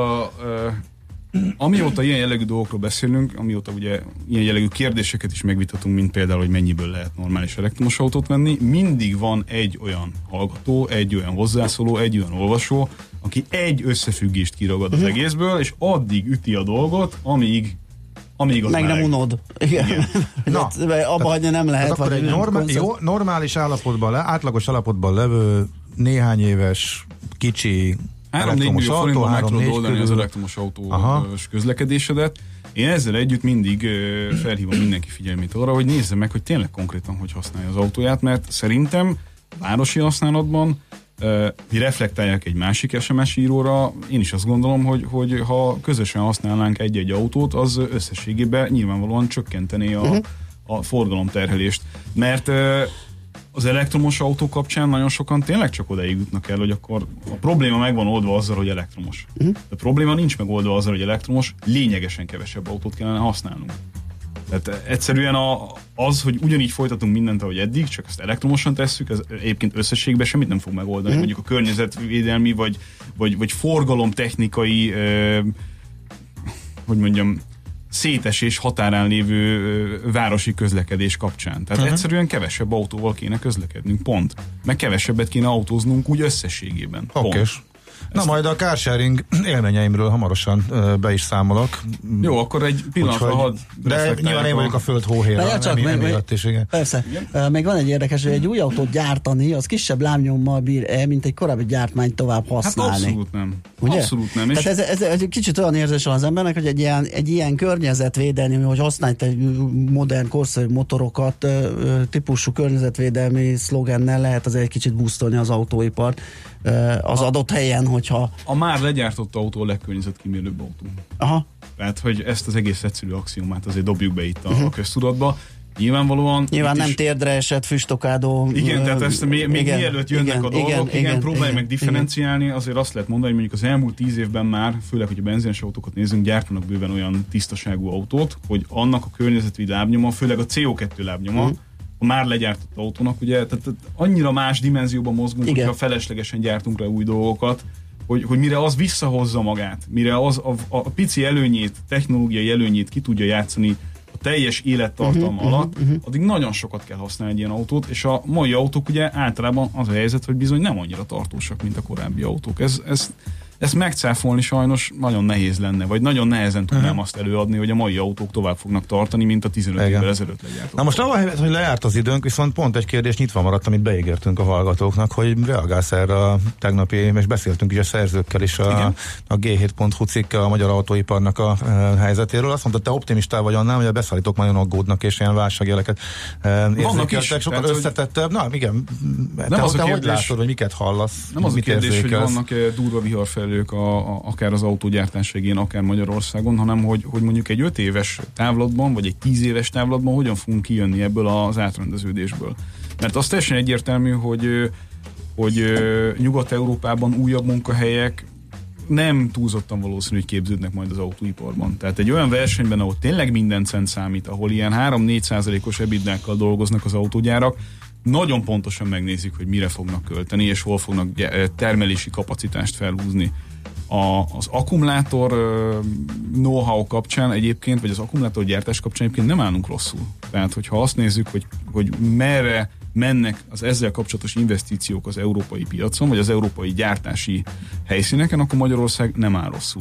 amióta ilyen jellegű dolgokról beszélünk, amióta ugye ilyen jellegű kérdéseket is megvitatunk, mint például, hogy mennyiből lehet normális elektromos autót venni, mindig van egy olyan hallgató, egy olyan hozzászóló, egy olyan olvasó, aki egy összefüggést kiragad az egészből, és addig üti a dolgot, amíg az meg nem unod. Igen. Na, abba hagyni nem lehet. Akkor egy normális állapotban, átlagos állapotban levő néhány éves kicsi 3-4 millió forintban meg tudod oldani az elektromos autós közlekedésedet. Én ezzel együtt mindig felhívom mindenki figyelmét arra, hogy nézze meg, hogy tényleg konkrétan hogy használja az autóját, mert szerintem városi használatban reflektálják egy másik SMS íróra. Én is azt gondolom, hogy ha közösen használnánk egy-egy autót, az összességében nyilvánvalóan csökkentené a forgalomterhelést. Mert az elektromos autó kapcsán nagyon sokan tényleg csak odaig jutnak el, hogy akkor a probléma meg van oldva azzal, hogy elektromos. A probléma nincs megoldva azzal, hogy elektromos, lényegesen kevesebb autót kellene használnunk. Tehát egyszerűen az, hogy ugyanígy folytatunk mindent, ahogy eddig, csak ezt elektromosan tesszük, ez egyébként összességben semmit nem fog megoldani. Mondjuk a környezetvédelmi, vagy forgalomtechnikai, hogy mondjam, szétesés határán lévő városi közlekedés kapcsán. Tehát egyszerűen kevesebb autóval kéne közlekednünk, pont. Meg kevesebbet kéne autóznunk úgy összességében. Okés. Na majd a carsharing élményeimről hamarosan be is számolok. Jó, akkor egy pillanatra hadd. De nyilván én vagyok a föld hóhéra. Persze. Még van egy érdekes, hogy egy új autót gyártani, az kisebb lábnyommal bír mint egy korábbi gyártmányt tovább használni. Hát abszolút nem. Ugye? Abszolút nem. Tehát ez egy kicsit olyan érzés van az embernek, hogy egy ilyen környezetvédelmi, hogy használj egy modern, korszerű motorokat, típusú környezetvédelmi szlogennel lehet azért egy kicsit boostolni az autóipart az adott helyen, hogyha... A már legyártott autó a legkörnyezetkímélőbb autó. Aha. Tehát, hogy ezt az egész egyszerű axiomát azért dobjuk be itt a köztudatba. Nyilván nem térdre esett füstokádó. Igen, tehát ezt még mielőtt jönnek a dolgok, próbálj meg differenciálni, azért azt lehet mondani, hogy mondjuk az elmúlt 10 évben már, főleg, hogy a benzines autókat nézzünk, gyártanak bőven olyan tisztaságú autót, hogy annak a környezetvédelmi lábnyoma, főleg a CO2 lábnyoma, a már legyártott autónak, ugye, tehát annyira más dimenzióban mozgunk, hogyha feleslegesen gyártunk le új dolgokat, hogy mire az visszahozza magát, mire az a pici előnyét, technológiai előnyét ki tudja játszani a teljes élettartalma alatt, addig nagyon sokat kell használni egy ilyen autót, és a mai autók ugye általában az a helyzet, hogy bizony nem annyira tartósak, mint a korábbi autók. Ezt megcáfolni sajnos nagyon nehéz lenne, vagy nagyon nehezen tudnám azt előadni, hogy a mai autók tovább fognak tartani, mint a 15 évvel ezelőtt legyártott. Na most ahelyett, hogy lejárt az időnk, viszont pont egy kérdés nyitva maradt, amit beígértünk a hallgatóknak, hogy reagálsz erre a tegnapi, és beszéltünk is a szerzőkkel is a G7.hu cikke a magyar autóiparnak a helyzetéről. Azt mondta, te optimistál vagy annál, hogy a beszállítók nagyon aggódnak, és ilyen válságjeleket érzékeltek, sokkal összetettebb. Na igen, nem az a kérdés, hogy látod, hogy miket hallasz? Nem az a kérdés, hogy vannak durva viharfelők akár az autógyártás végén, akár Magyarországon, hanem hogy mondjuk egy 5 éves távlatban, vagy egy 10 éves távlatban hogyan fogunk kijönni ebből az átrendeződésből. Mert az teljesen egyértelmű, hogy Nyugat-Európában újabb munkahelyek nem túlzottan valószínű, hogy képződnek majd az autóiparban. Tehát egy olyan versenyben, ahol tényleg minden cent számít, ahol ilyen 3-4%-os ebitdákkal dolgoznak az autógyárak, nagyon pontosan megnézik, hogy mire fognak költeni, és hol fognak termelési kapacitást felhúzni. Az akkumulátor know-how kapcsán egyébként, vagy az akkumulátorgyártás kapcsán egyébként nem állunk rosszul. Tehát, hogyha azt nézzük, hogy merre mennek az ezzel kapcsolatos investíciók az európai piacon, vagy az európai gyártási helyszíneken, akkor Magyarország nem áll rosszul.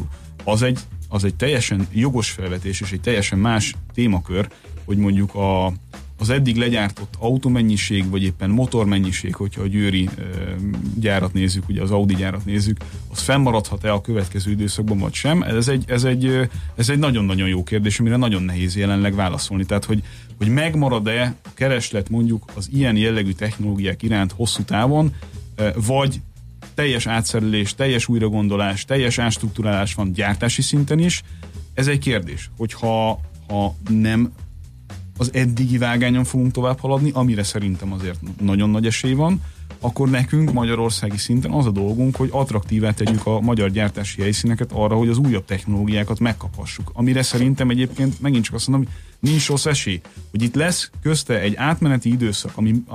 Az egy teljesen jogos felvetés, és egy teljesen más témakör, hogy mondjuk az eddig legyártott autómennyiség, vagy éppen motormennyiség, hogyha a győri gyárat nézzük, ugye az Audi gyárat nézzük, az fennmaradhat-e a következő időszakban, vagy sem? Ez egy nagyon-nagyon jó kérdés, amire nagyon nehéz jelenleg válaszolni. Tehát, hogy megmarad-e a kereslet mondjuk az ilyen jellegű technológiák iránt hosszú távon, vagy teljes átszerelés, teljes újragondolás, teljes átstruktúrálás van gyártási szinten is. Ez egy kérdés, hogyha nem az eddigi vágányon fogunk tovább haladni, amire szerintem azért nagyon nagy esély van, akkor nekünk magyarországi szinten az a dolgunk, hogy attraktívá tegyük a magyar gyártási helyszíneket arra, hogy az újabb technológiákat megkaphassuk. Amire szerintem egyébként megint csak azt mondom, hogy nincs rossz esély, hogy itt lesz közte egy átmeneti időszak,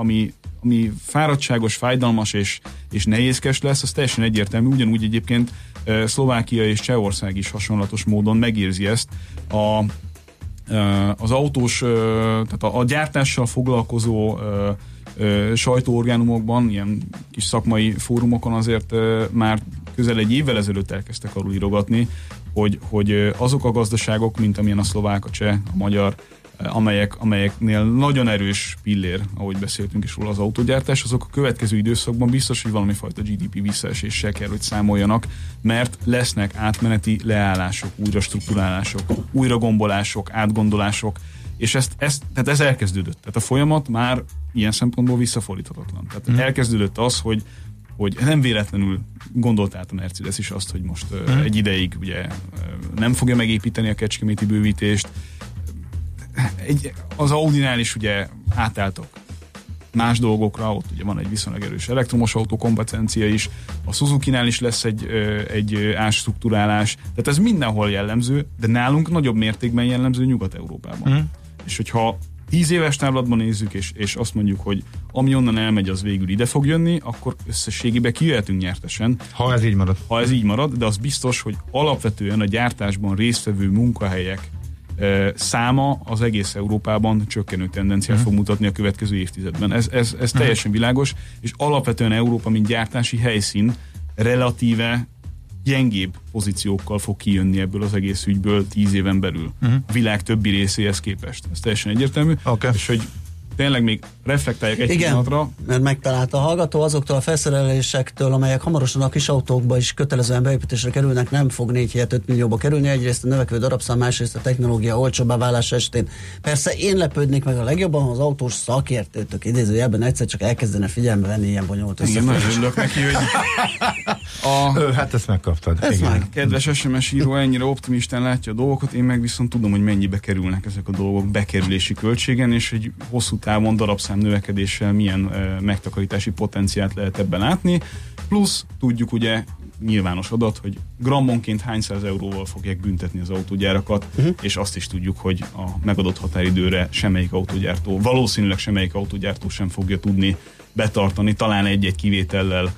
ami fáradtságos, fájdalmas és nehézkes lesz, az teljesen egyértelmű. Ugyanúgy egyébként Szlovákia és Csehország is hasonlatos módon megérzi ezt. Az autós, tehát a gyártással foglalkozó sajtóorgánumokban, ilyen kis szakmai fórumokon azért már közel egy évvel ezelőtt elkezdtek arról írogatni, hogy azok a gazdaságok, mint amilyen a szlovák, a cseh, a magyar, amelyeknél nagyon erős pillér, ahogy beszéltünk is róla, az autógyártás, azok a következő időszakban biztos, hogy valami fajta GDP visszaeséssel kell, hogy számoljanak, mert lesznek átmeneti leállások, újrastrukturálások, újragombolások, átgondolások, és tehát ez elkezdődött. Tehát a folyamat már ilyen szempontból visszafordíthatatlan. Tehát elkezdődött az, hogy nem véletlenül gondolt át a Mercedes is azt, hogy most egy ideig ugye nem fogja megépíteni a kecskeméti bővítést. Az Audinál is ugye átálltak más dolgokra, ott ugye van egy viszonylag erős elektromos autó kompetencia is, a Suzuki-nál is lesz egy átstruktúrálás, tehát ez mindenhol jellemző, de nálunk nagyobb mértékben jellemző Nyugat-Európában. És hogyha 10 éves távlatban nézzük, és azt mondjuk, hogy ami onnan elmegy, az végül ide fog jönni, akkor összességében kijöhetünk nyertesen. Ha ez így marad. De az biztos, hogy alapvetően a gyártásban résztvevő munkahelyek száma az egész Európában csökkenő tendenciát fog mutatni a következő évtizedben. Ez teljesen világos, és alapvetően Európa, mint gyártási helyszín relatíve gyengébb pozíciókkal fog kijönni ebből az egész ügyből 10 éven belül. A világ többi részéhez képest. Ez teljesen egyértelmű. És hogy tényleg még reflektálják egy pillanatra. Mert megtalálta a hallgató, azoktól a felszerelésektől, amelyek hamarosan a kis autókba is kötelezően beépítésre kerülnek, nem fog 4-5 millióba kerülni. Egyrészt a növekvő darabszám, másrészt a technológia olcsóbbá válása estén. Persze én lepődnék meg a legjobban, ha az autós szakértőtök idézőjelben egyszer csak elkezdene figyelme venni ilyen bonyolult összefüggést. Igen, nagyon örülök neki, hogy hát ezt megkaptad. Kedves SMS író ennyire optimistán látja a dolgokat, én meg viszont tudom, hogy mennyibe kerülnek ezek a dolgok bekerülési költségen, és egy hosszú távon darabszám növekedéssel milyen megtakarítási potenciált lehet ebben látni. Plusz tudjuk ugye, nyilvános adat, hogy grammonként hány száz euróval fogják büntetni az autógyárakat, és azt is tudjuk, hogy a megadott határidőre valószínűleg semmelyik autógyártó sem fogja tudni betartani, talán egy-egy kivétellel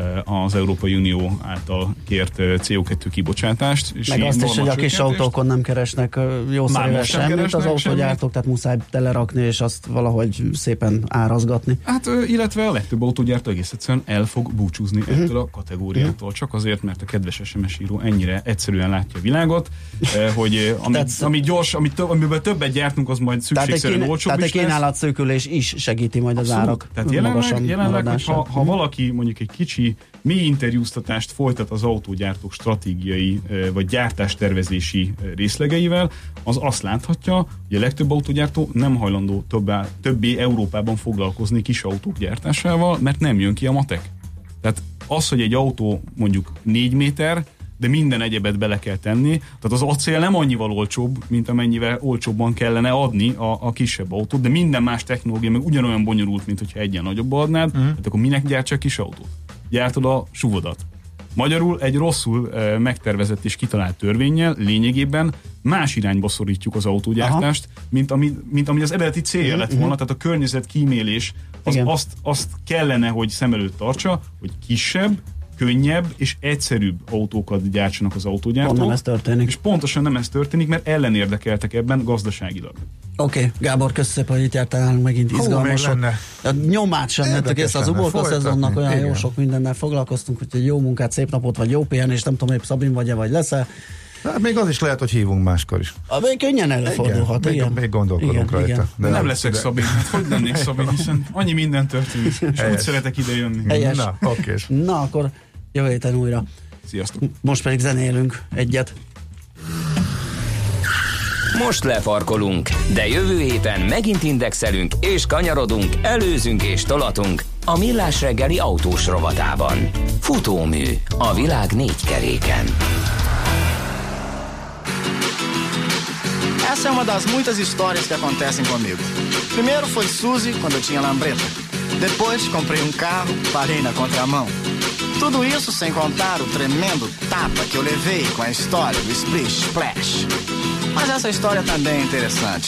az Európai Unió által kért CO2 kibocsátást. És meg azt is, hogy a kis autókon nem keresnek jószerűen semmit az autógyártók, tehát muszáj telerakni, és azt valahogy szépen árazgatni. Hát, illetve a legtöbb autógyártó egész egyszerűen el fog búcsúzni ettől a kategóriától, csak azért, mert a kedves SMS író ennyire egyszerűen látja a világot, hogy ami gyors, amiből többet gyártunk, az majd szükségszerűen olcsóbb is lesz. Tehát egy kínálatszűkülés is segíti majd az árak. Tehát jelenleg ha valaki mondjuk egy kicsi mély interjúztatást folytat az autógyártók stratégiai vagy gyártástervezési részlegeivel, az azt láthatja, hogy a legtöbb autógyártó nem hajlandó többé Európában foglalkozni kis autók gyártásával, mert nem jön ki a matek. Tehát az, hogy egy autó mondjuk 4 méter, de minden egyebet bele kell tenni, tehát az acél nem annyival olcsóbb, mint amennyivel olcsóbban kellene adni a kisebb autót, de minden más technológia meg ugyanolyan bonyolult, mint hogyha egyen nagyobb adnád, tehát akkor minek gyártsa a kis autót? Gyártod a SUV-odat. Magyarul egy rosszul megtervezett és kitalált törvénnyel lényegében más irányba szorítjuk az autógyártást, mint ami az eredeti célja lett volna, tehát a környezetkímélés azt kellene, hogy szem előtt tartsa, hogy kisebb, könnyebb és egyszerűbb autókat gyártsanak az autógyártók. Nem ez történik. És pontosan nem ez történik, mert ellenérdekeltek ebben gazdaságilag. Oké, Gábor, köszönöm, hogy itt jártál megint izgalmasok. Nyomát sem vettek észre az uborka szezonnak, olyan jó sok mindennel foglalkoztunk, úgyhogy jó munkát, szép napot, vagy jó pihenést, nem tudom, hogy Szabin vagy-e, vagy lesz-e. Hát még az is lehet, hogy hívunk máskor is. Még könnyen előfordulhat. Még gondolkodunk rajta. De nem leszek Szabin, hát hogy lennék Szabin, hiszen annyi minden történik, és úgy szeretek ide jönni. Na, okés. Na, akkor jövő héten újra. Sziasztok. Most pedig zenélünk egyet. Most lefarkolunk, de jövő héten megint indexelünk és kanyarodunk, előzünk és tolatunk a Millás reggeli autós rovatában. Futómű a világ 4 keréken. Essa é uma das muitas histórias que acontecem comigo. Primeiro foi Suzy, quando eu tinha lambreta. Depois comprei um carro, parei na contramão. Tudo isso sem contar o tremendo tapa que eu levei com a história do Splish Splash. Mas essa história também é interessante.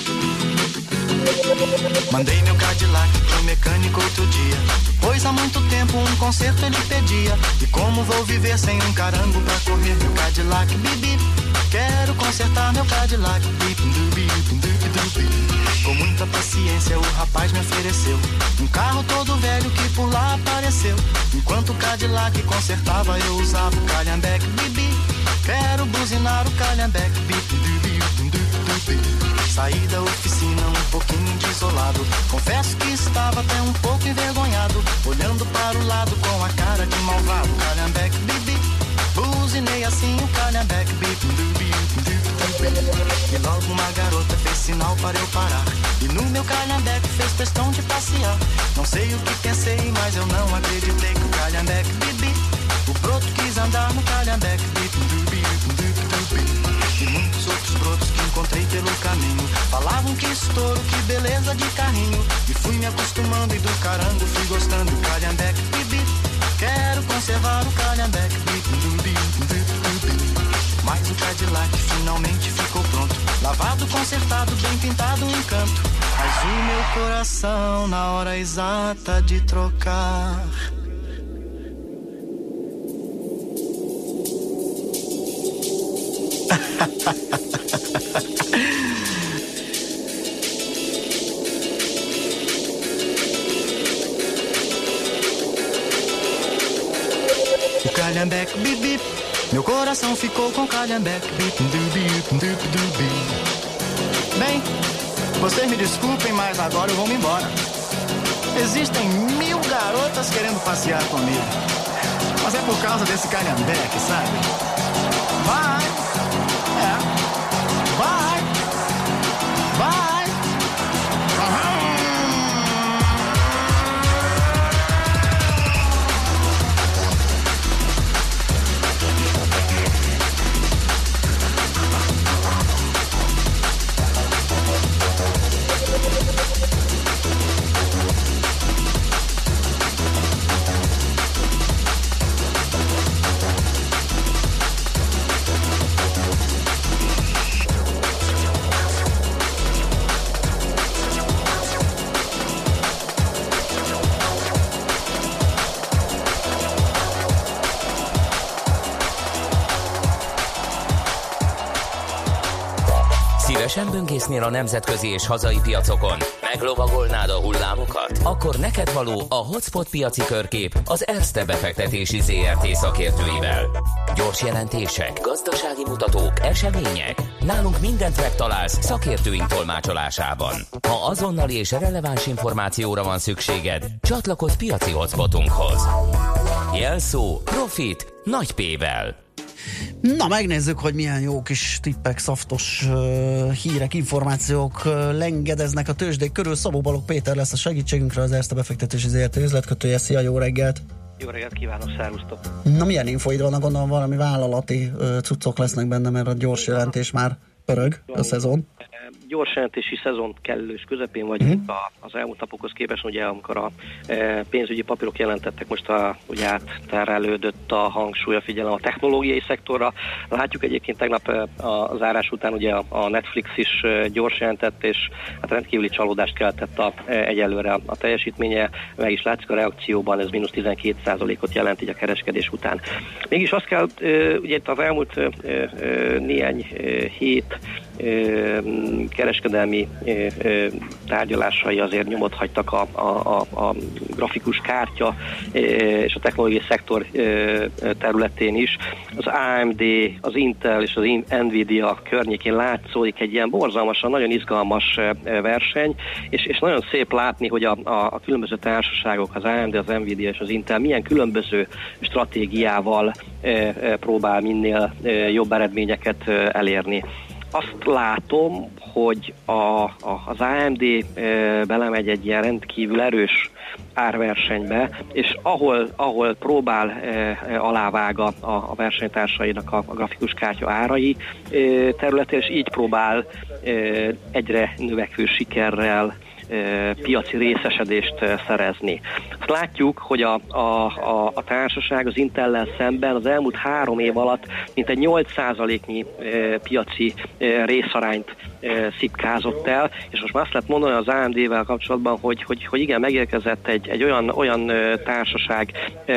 Mandei meu Cadillac pro mecânico outro dia, pois há muito tempo um conserto ele pedia. E como vou viver sem um carango pra correr meu Cadillac, bibi? Quero consertar meu Cadillac, com muita paciência o rapaz me ofereceu um carro todo velho que por lá apareceu. Enquanto o Cadillac consertava eu usava o calhambeque, bibi. Quero buzinar o calhambeque, saí da oficina um pouquinho desolado. Confesso que estava até um pouco envergonhado, olhando para o lado com a cara de malvado. Calhambeque, bibi. Buzinei assim o calhambeque, e logo uma garota fez sinal para eu parar. E no meu calhambeque fez questão de passear. Não sei o que pensei, mas eu não acreditei que o calhambeque, bibi. O broto quis andar no calhambeque, e muitos outros brotos que encontrei pelo caminho falavam que estouro, que beleza de carrinho. E fui me acostumando e do carango fui gostando. Calhambeque, bibi. Quero conservar o calhambeque, mas o Cadillac finalmente ficou pronto, lavado, consertado, bem pintado, um encanto. Mas o meu coração na hora exata de trocar Calhambeque, bip bip. Meu coração ficou com Calhambeque, bip bip bip bip bip. Bem, vocês me desculpem, mas agora eu vou me embora. Existem 1000 garotas querendo passear comigo, mas é por causa desse Calhambeque, sabe? Vai, vai, vai. Szívesen böngésznél a nemzetközi és hazai piacokon? Meglovagolnád a hullámokat? Akkor neked való a Hotspot piaci körkép az Erste befektetési ZRT szakértőivel. Gyors jelentések, gazdasági mutatók, események. Nálunk mindent megtalálsz szakértőink tolmácsolásában. Ha azonnali és releváns információra van szükséged, csatlakozz piaci hotspotunkhoz. Jelszó Profit nagy P-vel. Na, megnézzük, hogy milyen jó kis tippek, szaftos hírek, információk lengedeznek a tőzsdék körül. Szabó Balogh Péter lesz a segítségünkre, az Erste befektetési ZRT üzletkötője. Szia, jó reggelt! Jó reggelt kívánok, szervusztok! Na, milyen infoid vannak? Gondolom valami vállalati cuccok lesznek benne, mert a gyors jelentés már pörög a szezon. Gyors jelentési szezon kellős közepén vagyunk az elmúlt napokhoz képest, ugye amikor a pénzügyi papírok jelentettek, most ugye átterelődött a hangsúly, a figyelem a technológiai szektorra. Látjuk egyébként tegnap a zárás után ugye a Netflix is gyors jelentett, és hát rendkívüli csalódást keltett egyelőre a teljesítménye, meg is látszik a reakcióban, ez mínusz 12%-ot jelent így a kereskedés után. Mégis azt kell, ugye itt az elmúlt néhány hét kereskedelmi tárgyalásai azért nyomot hagytak a grafikus kártya és a technológiai szektor területén is. Az AMD, az Intel és az Nvidia környékén látszódik egy ilyen borzalmasan, nagyon izgalmas verseny, és nagyon szép látni, hogy a különböző társaságok, az AMD, az Nvidia és az Intel milyen különböző stratégiával próbál minél jobb eredményeket elérni. Azt látom, hogy az AMD belemegy egy ilyen rendkívül erős árversenybe, és ahol próbál alávág a versenytársainak a grafikus kártya árai területén, és így próbál egyre növekvő sikerrel piaci részesedést szerezni. Azt látjuk, hogy a társaság az Intellel szemben az elmúlt 3 év alatt mintegy 8%-nyi piaci részarányt szipkázott el, és most már azt lehet mondani az AMD-vel kapcsolatban, hogy igen, megérkezett egy olyan társaság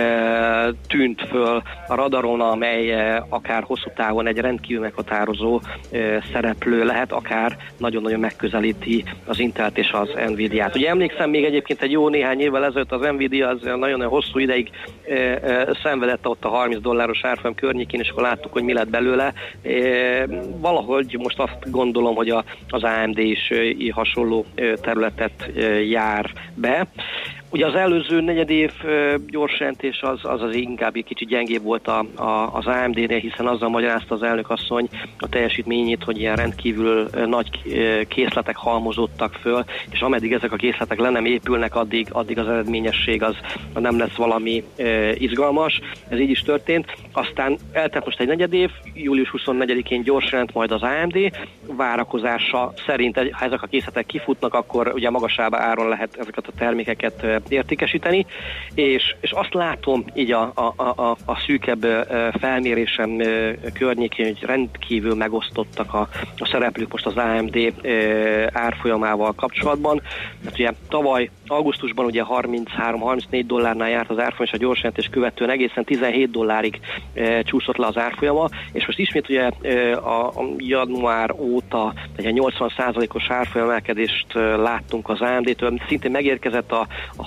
tűnt föl a radaron, amely akár hosszú távon egy rendkívül meghatározó szereplő lehet, akár nagyon-nagyon megközelíti az Intelt és az Nvidia-t. Ugye emlékszem még egyébként egy jó néhány évvel ezelőtt az Nvidia az nagyon hosszú ideig szenvedett ott a $30 árfolyam környékén, és akkor láttuk, hogy mi lett belőle. Valahogy most azt gondolom, hogy az AMD is hasonló területet jár be. Ugye az előző negyedév gyors jelentés az inkább egy kicsit gyengébb volt az AMD-nél, hiszen azzal magyarázta az elnök asszony a teljesítményét, hogy ilyen rendkívül nagy készletek halmozódtak föl, és ameddig ezek a készletek le nem épülnek, addig az eredményesség az nem lesz valami izgalmas. Ez így is történt. Aztán eltelt most egy negyedév, július 24-én gyors jelent majd az AMD, várakozása szerint, ha ezek a készletek kifutnak, akkor ugye magasabb áron lehet ezeket a termékeket értékesíteni, és azt látom így a szűkebb felmérésem környékén, hogy rendkívül megosztottak a szereplők most az AMD árfolyamával kapcsolatban. Hát ugye tavaly augusztusban ugye $33-34 járt az árfolyam, és a gyors jelentés követően egészen $17 csúszott le az árfolyama, és most ismét ugye a január óta egy 80%-os árfolyamelkedést láttunk az AMD-től, szintén megérkezett a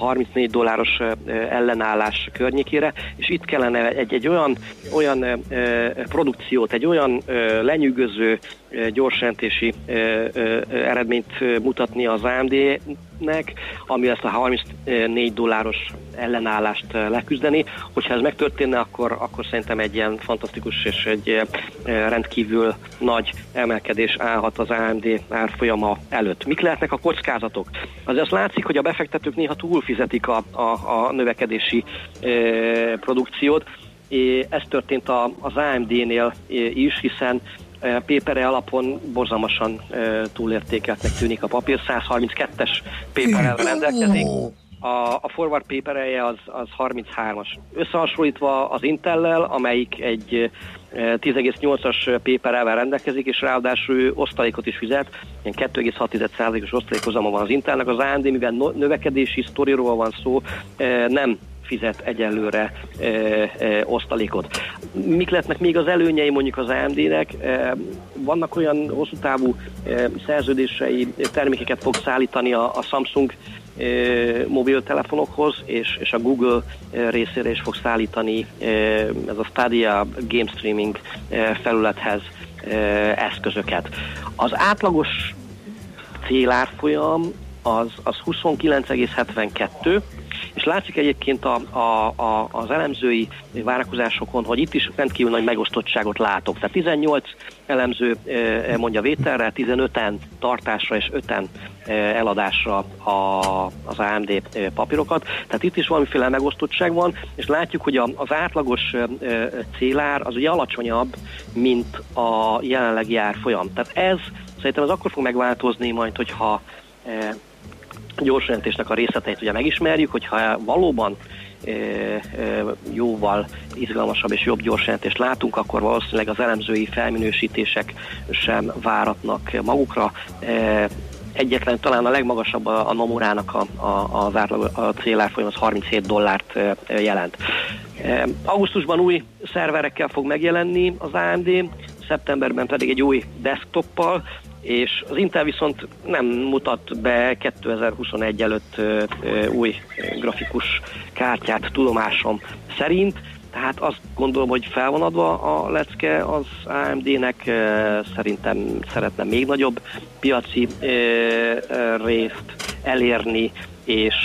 $34 ellenállás környékére, és itt kellene egy olyan produkciót, egy olyan lenyűgöző gyorsjelentési eredményt mutatni az AMD-nek, ami ezt a $34 ellenállást leküzdeni. Hogyha ez megtörténne, akkor szerintem egy ilyen fantasztikus és egy rendkívül nagy emelkedés állhat az AMD árfolyama előtt. Mik lehetnek a kockázatok? Azért azt látszik, hogy a befektetők néha túlfizetik a növekedési produkciót. Ez történt az AMD-nél is, hiszen PPR alapon borzalmasan túlértékeltnek tűnik a papír. 132-es PPR rendelkezik. A forward PPR-je az 33-as. Összehasonlítva az Intellel, amelyik egy 10,8-as PPR-vel rendelkezik, és ráadásul osztalékot is fizet, ilyen 2,6%-os osztalékhozama van az Intelnek. Az AMD, mivel növekedési sztoriról van szó, nem fizet egyelőre osztalékot. Mik lehetnek még az előnyei mondjuk az AMD-nek? Vannak olyan hosszú távú szerződései, termékeket fog szállítani a Samsung mobiltelefonokhoz, és a Google részére is fog szállítani ez a Stadia game streaming felülethez eszközöket. Az átlagos célárfolyam az 29,72, és látszik egyébként az elemzői várakozásokon, hogy itt is rendkívül nagy megosztottságot látok. Tehát 18 elemző mondja vételre, 15-en tartásra és 5-en eladásra az AMD papírokat. Tehát itt is valamiféle megosztottság van, és látjuk, hogy az átlagos célár az ugye alacsonyabb, mint a jelenlegi árfolyam. Tehát ez szerintem az akkor fog megváltozni majd, hogyha gyorsjelentésnek a részleteit ugye megismerjük, hogyha valóban jóval izgalmasabb és jobb gyorsjelentést látunk, akkor valószínűleg az elemzői felminősítések sem váratnak magukra. Egyetlen, talán a legmagasabb a Nomurának a célárfolyam az $37 jelent. Augusztusban új szerverekkel fog megjelenni az AMD, szeptemberben pedig egy új desktoppal, és az Intel viszont nem mutat be 2021 előtt új grafikus kártyát tudomásom szerint, tehát azt gondolom, hogy fel van adva a lecke az AMD-nek, szerintem szeretne még nagyobb piaci részt elérni, és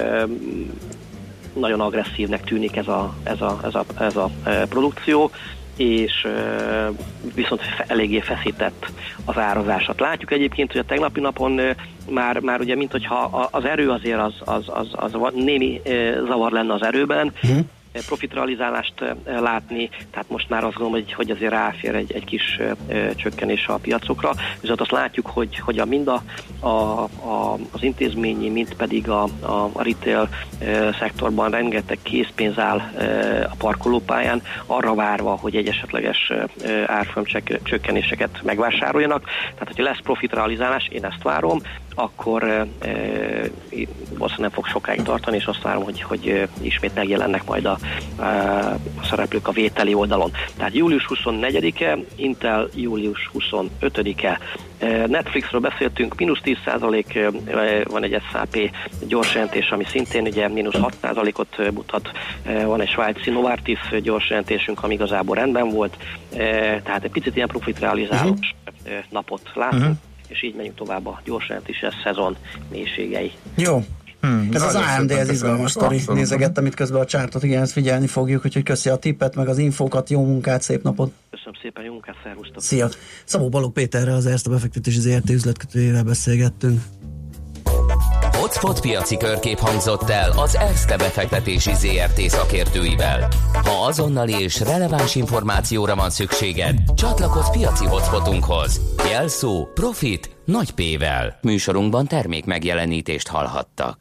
nagyon agresszívnek tűnik ez a produkció, és viszont eléggé feszített az árazását. Látjuk egyébként, hogy a tegnapi napon már ugye, mint hogyha az erő azért az némi zavar lenne az erőben, profitrealizálást látni, tehát most már azt gondolom, hogy azért ráfér egy kis csökkenés a piacokra, viszont azt látjuk, hogy mind az intézményi, mind pedig a retail szektorban rengeteg készpénz áll a parkolópályán, arra várva, hogy egy esetleges árfolyam csökkenéseket megvásároljanak. Tehát, hogyha lesz profitrealizálás, én ezt várom, akkor valószínűleg nem fog sokáig tartani, és azt várom, hogy ismét megjelennek majd a szereplők a vételi oldalon. Tehát július 24-e, Intel július 25-e. Netflixről beszéltünk, -10%, van egy SAP gyorsjelentés, ami szintén ugye -6%-ot mutat, van egy svájci Novartis gyorsjelentésünk, ami igazából rendben volt, tehát egy picit ilyen profitrealizálós napot látunk, és így megyünk tovább a gyorsjelentési szezon mélységei. Jó. Ez az AMD, ez izgalmas sztori. Nézegettem itt közben a csártot, igen, ezt figyelni fogjuk, úgyhogy köszi a tippet, meg az infókat, jó munkát, szép napot! Köszönöm szépen, jó munkát, szervusztok! Szia! Szabó Balogh Péterrel, az Erste befektetési ZRT üzletkötőjével beszélgettünk. Hotspot piaci körkép hangzott el az Erste befektetési ZRT szakértőivel. Ha azonnali és releváns információra van szükséged, csatlakozz piaci hotspotunkhoz. Jelszó Profit nagy P-vel. Műsorunkban termék megjelenítést hallhattak.